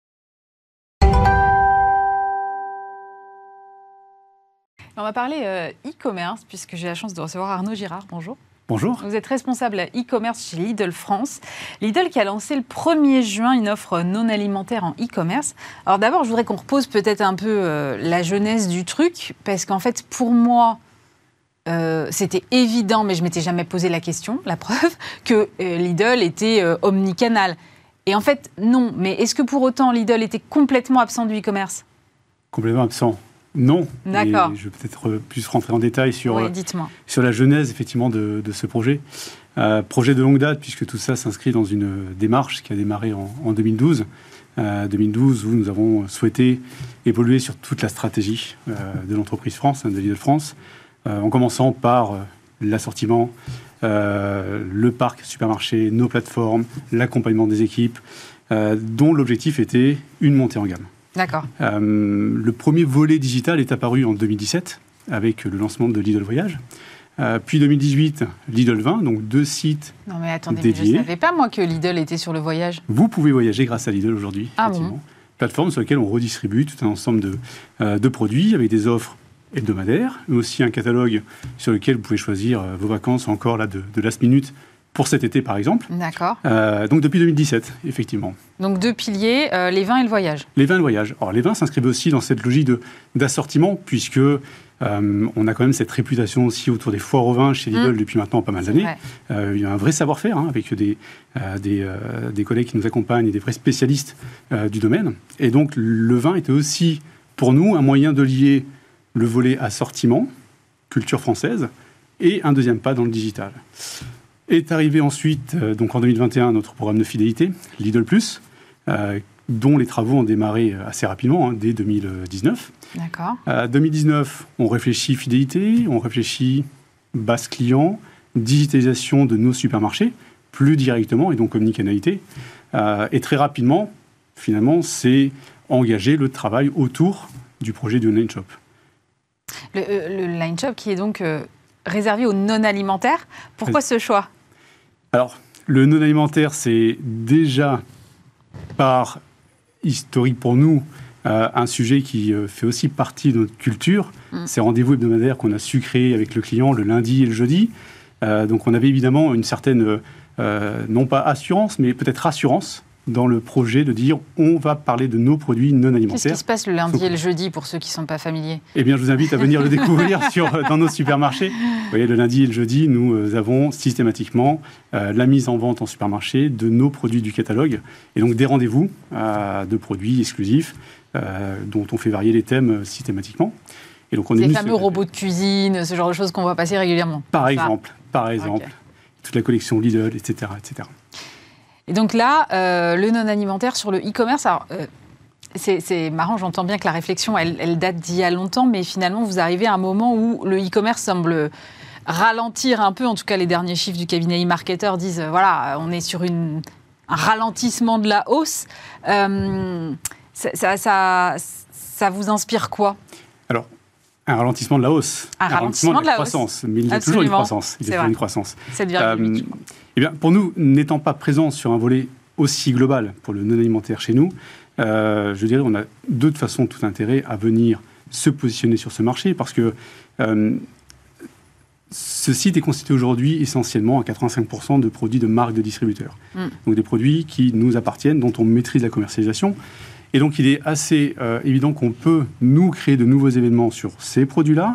On va parler e-commerce, puisque j'ai la chance de recevoir Arnaud Girard. Bonjour. Bonjour. Vous êtes responsable e-commerce chez Lidl France. Lidl qui a lancé le 1er juin une offre non alimentaire en e-commerce. Alors d'abord, je voudrais qu'on repose peut-être un peu la genèse du truc, parce qu'en fait, pour moi, c'était évident, mais je ne m'étais jamais posé la question, la preuve, que Lidl était omnicanal. Et en fait, non. Mais est-ce que pour autant, Lidl était complètement absent du e-commerce ? Complètement absent. Non. D'accord. Et je vais peut-être plus rentrer en détail sur la genèse effectivement de ce projet. Projet de longue date, puisque tout ça s'inscrit dans une démarche qui a démarré en 2012. 2012, où nous avons souhaité évoluer sur toute la stratégie de l'entreprise France, de Lidl France, en commençant par l'assortiment, le parc supermarché, nos plateformes, l'accompagnement des équipes, dont l'objectif était une montée en gamme. D'accord. Le premier volet digital est apparu en 2017 avec le lancement de Lidl Voyage. Puis 2018, Lidl 20, donc 2 sites dédiés. Non mais attendez, mais je ne savais pas moi que Lidl était sur le voyage. Vous pouvez voyager grâce à Lidl aujourd'hui. Ah bon ? Plateforme sur laquelle on redistribue tout un ensemble de produits avec des offres hebdomadaires, mais aussi un catalogue sur lequel vous pouvez choisir vos vacances encore là de last minute pour cet été, par exemple. D'accord. Donc, depuis 2017, effectivement. Donc, 2 piliers, les vins et le voyage. Les vins et le voyage. Alors, les vins s'inscrivent aussi dans cette logique d'assortiment, puisque on a quand même cette réputation aussi autour des foires au vin chez Lidl depuis maintenant pas mal d'années. Il y a un vrai savoir-faire, avec des collègues qui nous accompagnent et des vrais spécialistes du domaine. Et donc, le vin était aussi, pour nous, un moyen de lier le volet assortiment, culture française, et un deuxième pas dans le digital. Est arrivé ensuite, donc en 2021, notre programme de fidélité, Lidl Plus, dont les travaux ont démarré assez rapidement, dès 2019. D'accord. 2019, on réfléchit fidélité, on réfléchit base client, digitalisation de nos supermarchés, plus directement, et donc omnicanalité. Et très rapidement, finalement, c'est engager le travail autour du projet du Line Shop. Le Line Shop qui est donc réservé aux non-alimentaires. Pourquoi ce choix ? Alors, le non-alimentaire, c'est déjà, par historique pour nous, un sujet qui fait aussi partie de notre culture. ces rendez-vous hebdomadaires qu'on a su créer avec le client le lundi et le jeudi. Donc on avait évidemment une certaine, non pas assurance, mais peut-être rassurance dans le projet de dire on va parler de nos produits non alimentaires. Qu'est-ce qui se passe le lundi et le jeudi pour ceux qui ne sont pas familiers ? Eh bien, je vous invite à venir le découvrir dans nos supermarchés. Vous voyez, le lundi et le jeudi, nous avons systématiquement la mise en vente en supermarché de nos produits du catalogue et donc des rendez-vous de produits exclusifs dont on fait varier les thèmes systématiquement. Et donc, les fameux robots de cuisine, ce genre de choses qu'on va passer régulièrement. Par exemple, okay. Toute la collection Lidl, etc., etc. Et donc là, le non-alimentaire sur le e-commerce, alors, c'est marrant, j'entends bien que la réflexion, elle date d'il y a longtemps, mais finalement, vous arrivez à un moment où le e-commerce semble ralentir un peu, en tout cas les derniers chiffres du cabinet e-marketer disent, voilà, on est sur un ralentissement de la hausse. Ça vous inspire quoi ? Alors, un ralentissement de la hausse. Un ralentissement de la croissance. Mais il y a toujours une croissance. Il y a toujours une croissance. 7,8. Eh bien, pour nous, n'étant pas présents sur un volet aussi global pour le non-alimentaire chez nous, je dirais qu'on a de toute façon tout intérêt à venir se positionner sur ce marché parce que ce site est constitué aujourd'hui essentiellement à 85% de produits de marques de distributeurs. Donc des produits qui nous appartiennent, dont on maîtrise la commercialisation. Et donc, il est assez évident qu'on peut, nous, créer de nouveaux événements sur ces produits-là.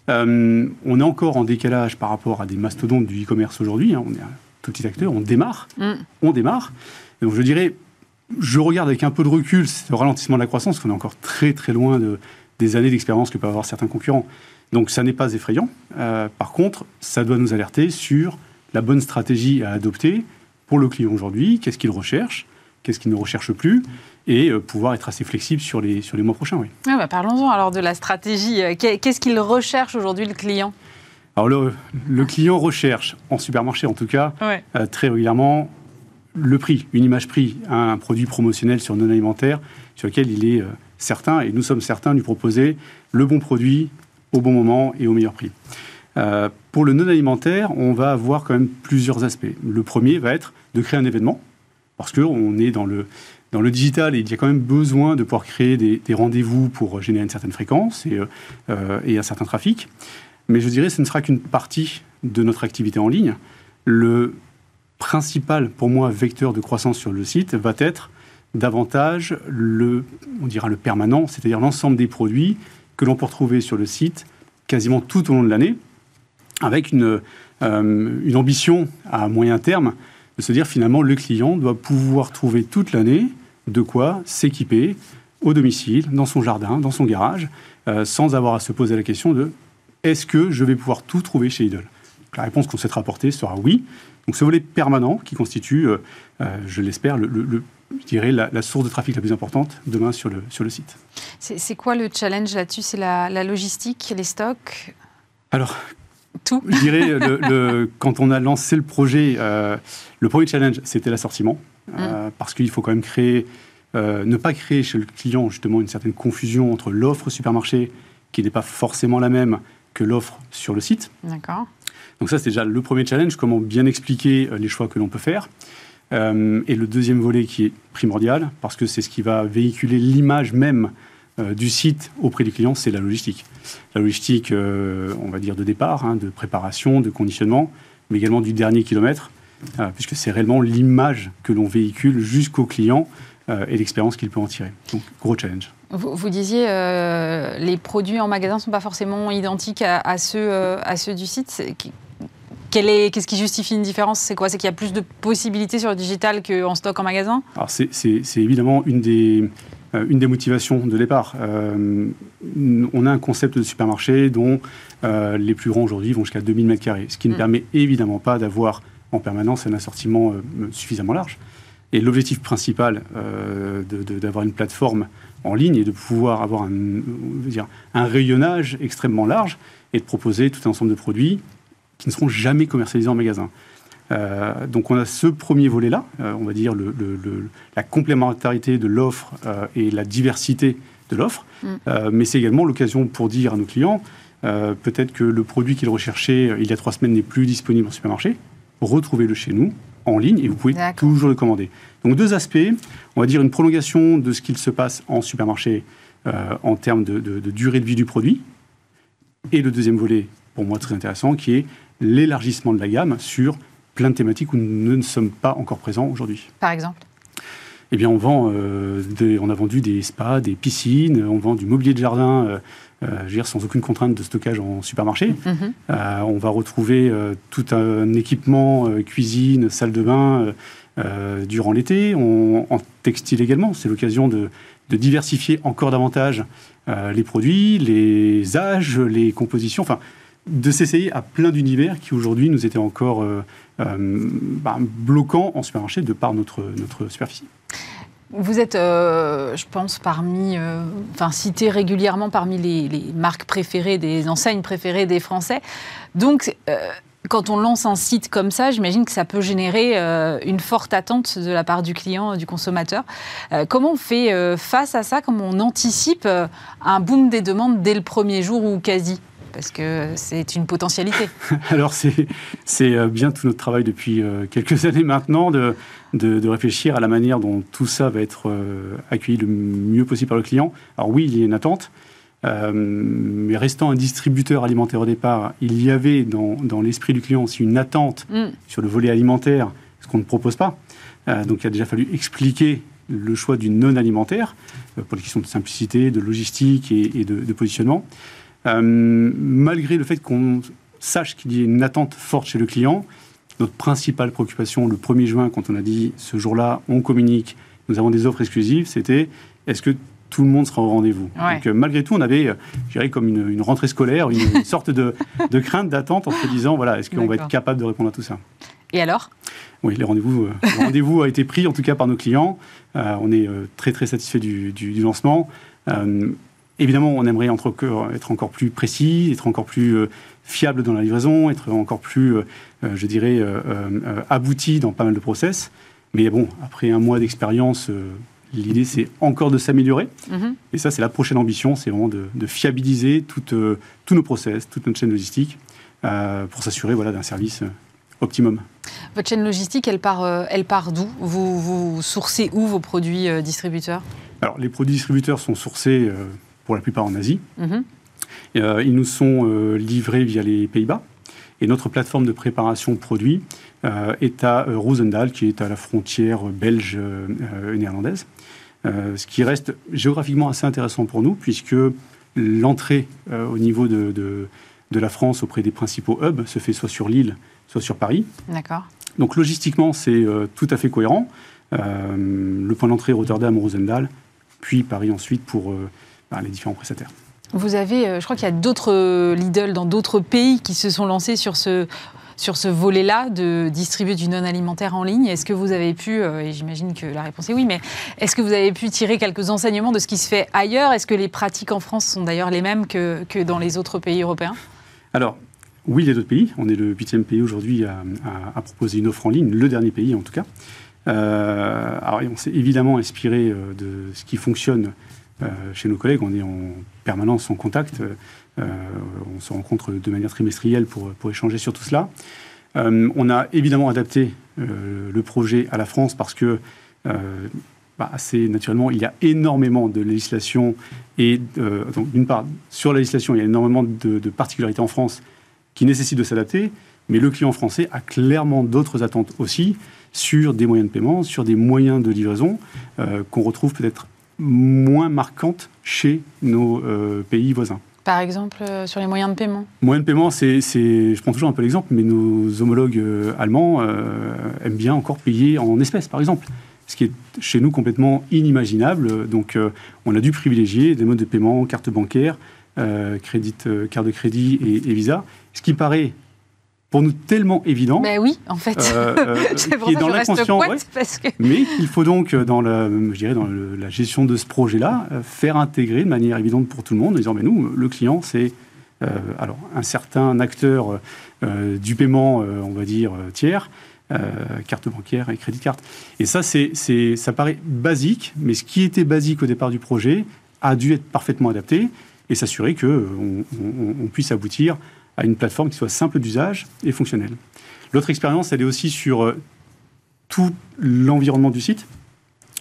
On est encore en décalage par rapport à des mastodontes du e-commerce aujourd'hui. On est un tout petit acteur, on démarre. On démarre. Et donc, je dirais, je regarde avec un peu de recul ce ralentissement de la croissance, parce qu'on est encore très, très loin des années d'expérience que peuvent avoir certains concurrents. Donc, ça n'est pas effrayant. Par contre, ça doit nous alerter sur la bonne stratégie à adopter pour le client aujourd'hui. Qu'est-ce qu'il recherche ? Qu'est-ce qu'il ne recherche plus ? Et pouvoir être assez flexible sur les mois prochains. Oui. Parlons-en alors de la stratégie. Qu'est-ce qu'il recherche aujourd'hui, le client ? Alors, le client recherche, en supermarché en tout cas, très régulièrement, le prix, une image prix, un produit promotionnel sur non-alimentaire, sur lequel il est certain, et nous sommes certains, de lui proposer le bon produit au bon moment et au meilleur prix. Pour le non-alimentaire, on va avoir quand même plusieurs aspects. Le premier va être de créer un événement, parce qu'on est dans le digital et il y a quand même besoin de pouvoir créer des rendez-vous pour générer une certaine fréquence et un certain trafic. Mais je dirais que ce ne sera qu'une partie de notre activité en ligne. Le principal, pour moi, vecteur de croissance sur le site va être davantage le permanent, c'est-à-dire l'ensemble des produits que l'on peut retrouver sur le site quasiment tout au long de l'année, avec une ambition à moyen terme de se dire finalement le client doit pouvoir trouver toute l'année de quoi s'équiper au domicile, dans son jardin, dans son garage, sans avoir à se poser la question de est-ce que je vais pouvoir tout trouver chez Lidl ? La réponse qu'on souhaitera apporter sera oui. Donc ce volet permanent qui constitue, je l'espère, je dirais la source de trafic la plus importante demain sur le site. C'est quoi le challenge là-dessus ? C'est la logistique, les stocks ? Alors, tout. Je dirais, quand on a lancé le projet, le premier challenge, c'était l'assortiment. Parce qu'il faut quand même ne pas créer chez le client justement une certaine confusion entre l'offre supermarché, qui n'est pas forcément la même que l'offre sur le site. D'accord. Donc ça, c'est déjà le premier challenge, comment bien expliquer les choix que l'on peut faire. Et le deuxième volet qui est primordial, parce que c'est ce qui va véhiculer l'image même du site auprès des clients, c'est la logistique. La logistique, on va dire, de départ, de préparation, de conditionnement, mais également du dernier kilomètre, puisque c'est réellement l'image que l'on véhicule jusqu'au client et l'expérience qu'il peut en tirer. Donc, gros challenge. Vous disiez, les produits en magasin ne sont pas forcément identiques à ceux du site. Qu'est-ce qui justifie une différence ? C'est quoi ? C'est qu'il y a plus de possibilités sur le digital qu'en stock en magasin ? Alors, c'est évidemment une des motivations de départ. On a un concept de supermarché dont les plus grands aujourd'hui vont jusqu'à 2000 m², ce qui ne permet évidemment pas d'avoir en permanence un assortiment suffisamment large. Et l'objectif principal d'avoir une plateforme en ligne est de pouvoir avoir un rayonnage extrêmement large et de proposer tout un ensemble de produits qui ne seront jamais commercialisés en magasin. Donc on a ce premier volet-là, on va dire la complémentarité de l'offre et la diversité de l'offre, mais c'est également l'occasion pour dire à nos clients, peut-être que le produit qu'ils recherchaient il y a 3 semaines n'est plus disponible en supermarché, retrouvez-le chez nous, en ligne, et vous pouvez toujours le commander. Donc 2 aspects, on va dire une prolongation de ce qu'il se passe en supermarché en termes de durée de vie du produit, Et le deuxième volet, pour moi très intéressant, qui est l'élargissement de la gamme sur plein de thématiques où nous ne sommes pas encore présents aujourd'hui. Par exemple ? Eh bien, on a vendu des spas, des piscines, on vend du mobilier de jardin, sans aucune contrainte de stockage en supermarché. On va retrouver tout un équipement, cuisine, salle de bain, durant l'été. En textile également, c'est l'occasion de diversifier encore davantage les produits, les âges, les compositions, enfin, de s'essayer à plein d'univers qui aujourd'hui nous étaient encore bloquants en supermarché de par notre superficie. Vous êtes, je pense, cité régulièrement parmi les marques préférées, des enseignes préférées des Français. Donc, quand on lance un site comme ça, j'imagine que ça peut générer une forte attente de la part du client, du consommateur. Comment on fait face à ça ? Comment on anticipe un boom des demandes dès le premier jour ou quasi ? Parce que c'est une potentialité. Alors, c'est bien tout notre travail depuis quelques années maintenant de réfléchir à la manière dont tout ça va être accueilli le mieux possible par le client. Alors oui, il y a une attente, mais restant un distributeur alimentaire au départ, il y avait dans l'esprit du client aussi une attente sur le volet alimentaire, ce qu'on ne propose pas. Donc, il a déjà fallu expliquer le choix du non-alimentaire pour les questions de simplicité, de logistique et de positionnement. Malgré le fait qu'on sache qu'il y ait une attente forte chez le client, notre principale préoccupation le 1er juin, quand on a dit ce jour-là, on communique, nous avons des offres exclusives, c'était est-ce que tout le monde sera au rendez-vous ? Ouais. Donc malgré tout, on avait, je dirais, comme une rentrée scolaire, une sorte de crainte, d'attente en se disant, voilà, est-ce qu'on va être capable de répondre à tout ça ? Et alors ? Oui, le rendez-vous a été pris, en tout cas par nos clients. On est très, très satisfait du lancement. Évidemment, on aimerait être encore plus précis, être encore plus fiable dans la livraison, être encore plus, abouti dans pas mal de process. Mais bon, après un mois d'expérience, l'idée, c'est encore de s'améliorer. Et ça, c'est la prochaine ambition, c'est vraiment de fiabiliser tous nos process, toute notre chaîne logistique, pour s'assurer d'un service optimum. Votre chaîne logistique, elle part d'où ? Vous sourcez où vos produits distributeurs ? Alors, les produits distributeurs sont sourcés pour la plupart en Asie. Ils nous sont livrés via les Pays-Bas. Et notre plateforme de préparation produits est à Roosendaal, qui est à la frontière belge et néerlandaise. Ce qui reste géographiquement assez intéressant pour nous, puisque l'entrée au niveau de la France auprès des principaux hubs se fait soit sur Lille, soit sur Paris. D'accord. Donc logistiquement, c'est tout à fait cohérent. Le point d'entrée Rotterdam, Roosendaal, puis Paris ensuite pour les différents prestataires. Vous avez, je crois qu'il y a d'autres Lidl dans d'autres pays qui se sont lancés sur ce volet-là de distribuer du non-alimentaire en ligne. Est-ce que vous avez pu, et j'imagine que la réponse est oui, mais est-ce que vous avez pu tirer quelques enseignements de ce qui se fait ailleurs ? Est-ce que les pratiques en France sont d'ailleurs les mêmes que dans les autres pays européens ? Alors, oui, il y a d'autres pays. On est le 8e pays aujourd'hui à proposer une offre en ligne, le dernier pays en tout cas. Alors, on s'est évidemment inspiré de ce qui fonctionne chez nos collègues. On est en permanence en contact. On se rencontre de manière trimestrielle pour échanger sur tout cela. On a évidemment adapté le projet à la France parce que, assez naturellement, il y a énormément de législation. Et donc, d'une part, sur la législation, il y a énormément de particularités en France qui nécessitent de s'adapter. Mais le client français a clairement d'autres attentes aussi sur des moyens de paiement, sur des moyens de livraison qu'on retrouve peut-être moins marquantes chez nos pays voisins. Par exemple, sur les moyens de paiement ? Moyens de paiement, je prends toujours un peu l'exemple, mais nos homologues allemands aiment bien encore payer en espèces, par exemple. Ce qui est chez nous complètement inimaginable. Donc, on a dû privilégier des modes de paiement, carte bancaire, carte de crédit et Visa. Ce qui paraît pour nous tellement évident. Ben oui, en fait. C'est pour qui ça est dans que je reste l'inconscient, couette, parce que... Mais il faut donc, dans la gestion de ce projet-là, faire intégrer de manière évidente pour tout le monde, en disant, mais nous, le client, c'est un certain acteur du paiement, on va dire, tiers, carte bancaire et crédit carte. Et ça, ça paraît basique, mais ce qui était basique au départ du projet a dû être parfaitement adapté et s'assurer qu'on puisse aboutir à une plateforme qui soit simple d'usage et fonctionnelle. L'autre expérience, elle est aussi sur tout l'environnement du site,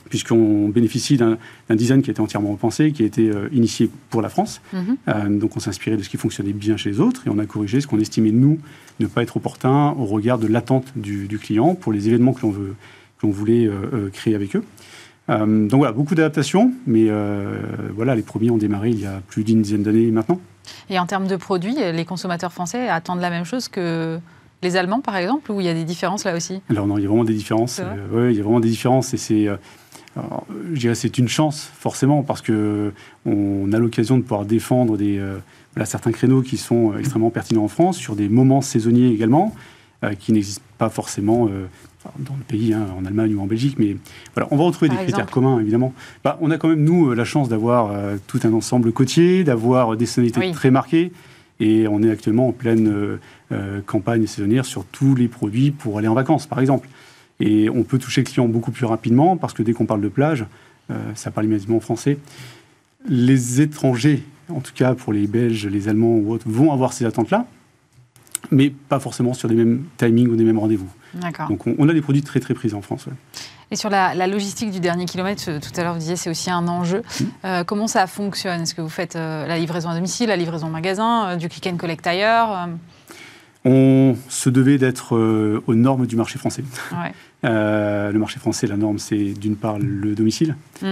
puisqu'on bénéficie d'un design qui a été entièrement repensé, qui a été initié pour la France. Donc on s'est inspiré de ce qui fonctionnait bien chez les autres et on a corrigé ce qu'on estimait, nous, ne pas être opportun au regard de l'attente du client pour les événements que l'on voulait créer avec eux. Donc voilà, beaucoup d'adaptations, mais voilà, les premiers ont démarré il y a plus d'une dizaine d'années maintenant. Et en termes de produits, les consommateurs français attendent la même chose que les Allemands, par exemple, ou il y a des différences là aussi? Alors non, il y a vraiment des différences. Oui, il y a vraiment des différences et c'est... je dirais c'est une chance, forcément, parce qu'on a l'occasion de pouvoir défendre certains créneaux qui sont extrêmement pertinents en France, sur des moments saisonniers également, qui n'existent pas forcément dans le pays, en Allemagne ou en Belgique. Mais voilà, on va retrouver des critères communs, évidemment. On a quand même, nous, la chance d'avoir tout un ensemble côtier, d'avoir des sonorités très marquées. Et on est actuellement en pleine campagne saisonnière sur tous les produits pour aller en vacances, par exemple. Et on peut toucher le client beaucoup plus rapidement parce que dès qu'on parle de plage, ça parle immédiatement français. Les étrangers, en tout cas pour les Belges, les Allemands ou autres, vont avoir ces attentes-là, mais pas forcément sur des mêmes timings ou des mêmes rendez-vous. D'accord. Donc on a des produits très très prisés en France. Ouais. Et sur la logistique du dernier kilomètre, tout à l'heure vous disiez c'est aussi un enjeu. Comment ça fonctionne? Est-ce que vous faites la livraison à domicile, la livraison en magasin, du click and collect ailleurs? On se devait d'être aux normes du marché français. Ouais. Le marché français, la norme, c'est d'une part le domicile,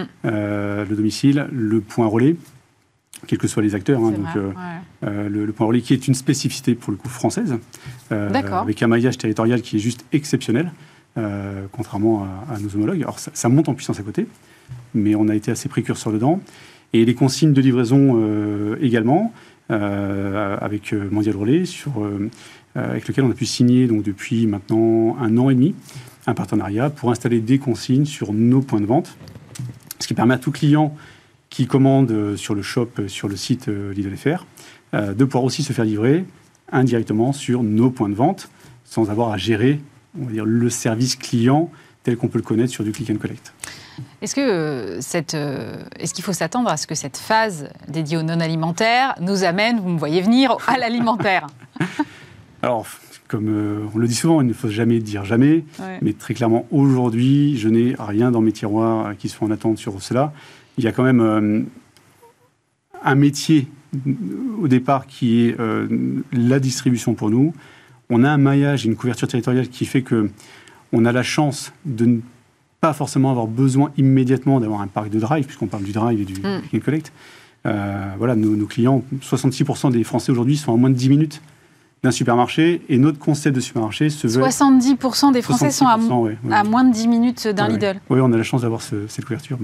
le point relais, quels que soient les acteurs. Le point relais qui est une spécificité pour le coup française, avec un maillage territorial qui est juste exceptionnel, contrairement à nos homologues. Alors ça monte en puissance à côté, mais on a été assez précurseurs dedans. Et les consignes de livraison également, avec Mondial Relais, avec lequel on a pu signer donc, depuis maintenant 1 an et demi un partenariat pour installer des consignes sur nos points de vente, ce qui permet à tout client qui commande sur le shop, sur le site Lidl FR, de pouvoir aussi se faire livrer indirectement sur nos points de vente, sans avoir à gérer, on va dire, le service client tel qu'on peut le connaître sur du click and collect. Est-ce qu'il faut s'attendre à ce que cette phase dédiée au non-alimentaire nous amène, vous me voyez venir, à l'alimentaire? Alors, comme on le dit souvent, il ne faut jamais dire jamais, mais très clairement, aujourd'hui, je n'ai rien dans mes tiroirs qui sont en attente sur cela. Il y a quand même un métier, au départ, qui est la distribution pour nous. On a un maillage et une couverture territoriale qui fait qu'on a la chance de ne pas forcément avoir besoin immédiatement d'avoir un parc de drive, puisqu'on parle du drive et du click and collect. Voilà, nos clients, 66% des Français aujourd'hui sont à moins de 10 minutes d'un supermarché, et notre concept de supermarché se veut... 70% des Français sont à moins de 10 minutes d'un Lidl. Oui, on a la chance d'avoir cette couverture.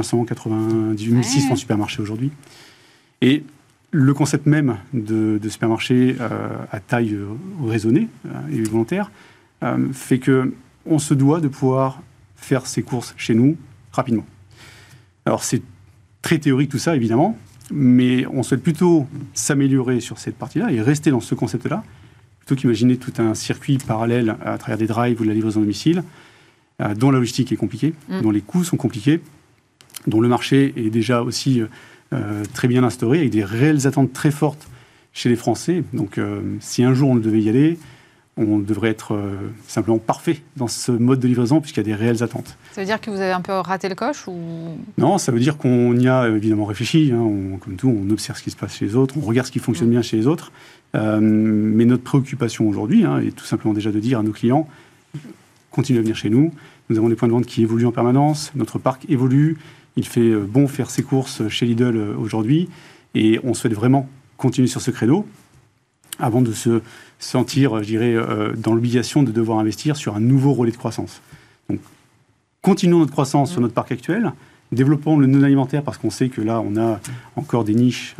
1598, 1600 supermarchés aujourd'hui. Et le concept même de supermarché à taille raisonnée et volontaire fait qu'on se doit de pouvoir faire ses courses chez nous rapidement. Alors c'est très théorique tout ça, évidemment, mais on souhaite plutôt s'améliorer sur cette partie-là et rester dans ce concept-là, plutôt qu'imaginer tout un circuit parallèle à travers des drives ou de la livraison à domicile, dont la logistique est compliquée, dont les coûts sont compliqués, dont le marché est déjà aussi très bien instauré, avec des réelles attentes très fortes chez les Français. Donc si un jour on devait y aller, on devrait être simplement parfait dans ce mode de livraison, puisqu'il y a des réelles attentes. Ça veut dire que vous avez un peu raté le coche ou... Non, ça veut dire qu'on y a évidemment réfléchi. Comme tout, on observe ce qui se passe chez les autres, on regarde ce qui fonctionne bien chez les autres. Mais notre préoccupation aujourd'hui est tout simplement déjà de dire à nos clients, continuez à venir chez nous. Nous avons des points de vente qui évoluent en permanence, notre parc évolue, il fait bon faire ses courses chez Lidl aujourd'hui, et on souhaite vraiment continuer sur ce créneau, avant de se sentir, je dirais, dans l'obligation de devoir investir sur un nouveau relais de croissance. Donc, continuons notre croissance sur notre parc actuel, développons le non-alimentaire, parce qu'on sait que là, on a encore des niches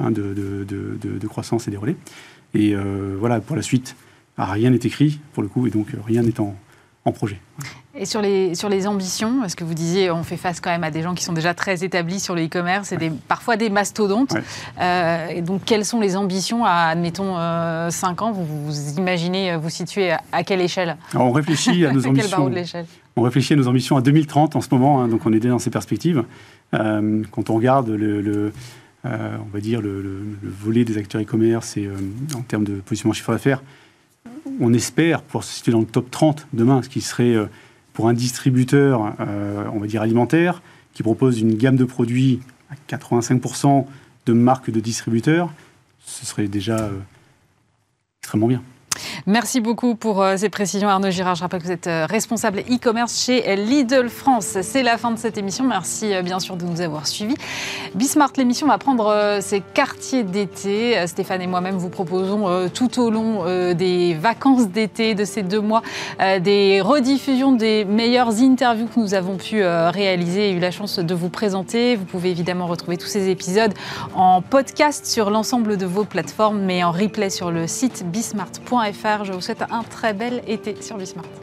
de croissance et des relais. Et voilà, pour la suite, rien n'est écrit, pour le coup, et donc rien n'est en projet. Et sur les ambitions, parce que vous disiez, on fait face quand même à des gens qui sont déjà très établis sur le e-commerce et parfois des mastodontes. Et donc, quelles sont les ambitions à, admettons, 5 ans? Vous imaginez vous situer à quelle échelle? Alors, on réfléchit à nos ambitions. Quel barreau de l'échelle? On réfléchit à nos ambitions à 2030 en ce moment, donc on est déjà dans ces perspectives. Quand on regarde on va dire le volet des acteurs e-commerce et en termes de positionnement chiffre d'affaires, on espère pouvoir se situer dans le top 30 demain, ce qui serait pour un distributeur, on va dire alimentaire, qui propose une gamme de produits à 85% de marques de distributeurs, ce serait déjà extrêmement bien. Merci beaucoup pour ces précisions, Arnaud Girard. Je rappelle que vous êtes responsable e-commerce chez Lidl France. C'est la fin de cette émission. Merci bien sûr de nous avoir suivis. Bismart, l'émission va prendre ses quartiers d'été. Stéphane et moi-même vous proposons tout au long des vacances d'été de ces 2 mois des rediffusions des meilleures interviews que nous avons pu réaliser et eu la chance de vous présenter. Vous pouvez évidemment retrouver tous ces épisodes en podcast sur l'ensemble de vos plateformes, mais en replay sur le site bismart.fr. Je vous souhaite un très bel été sur Bismart.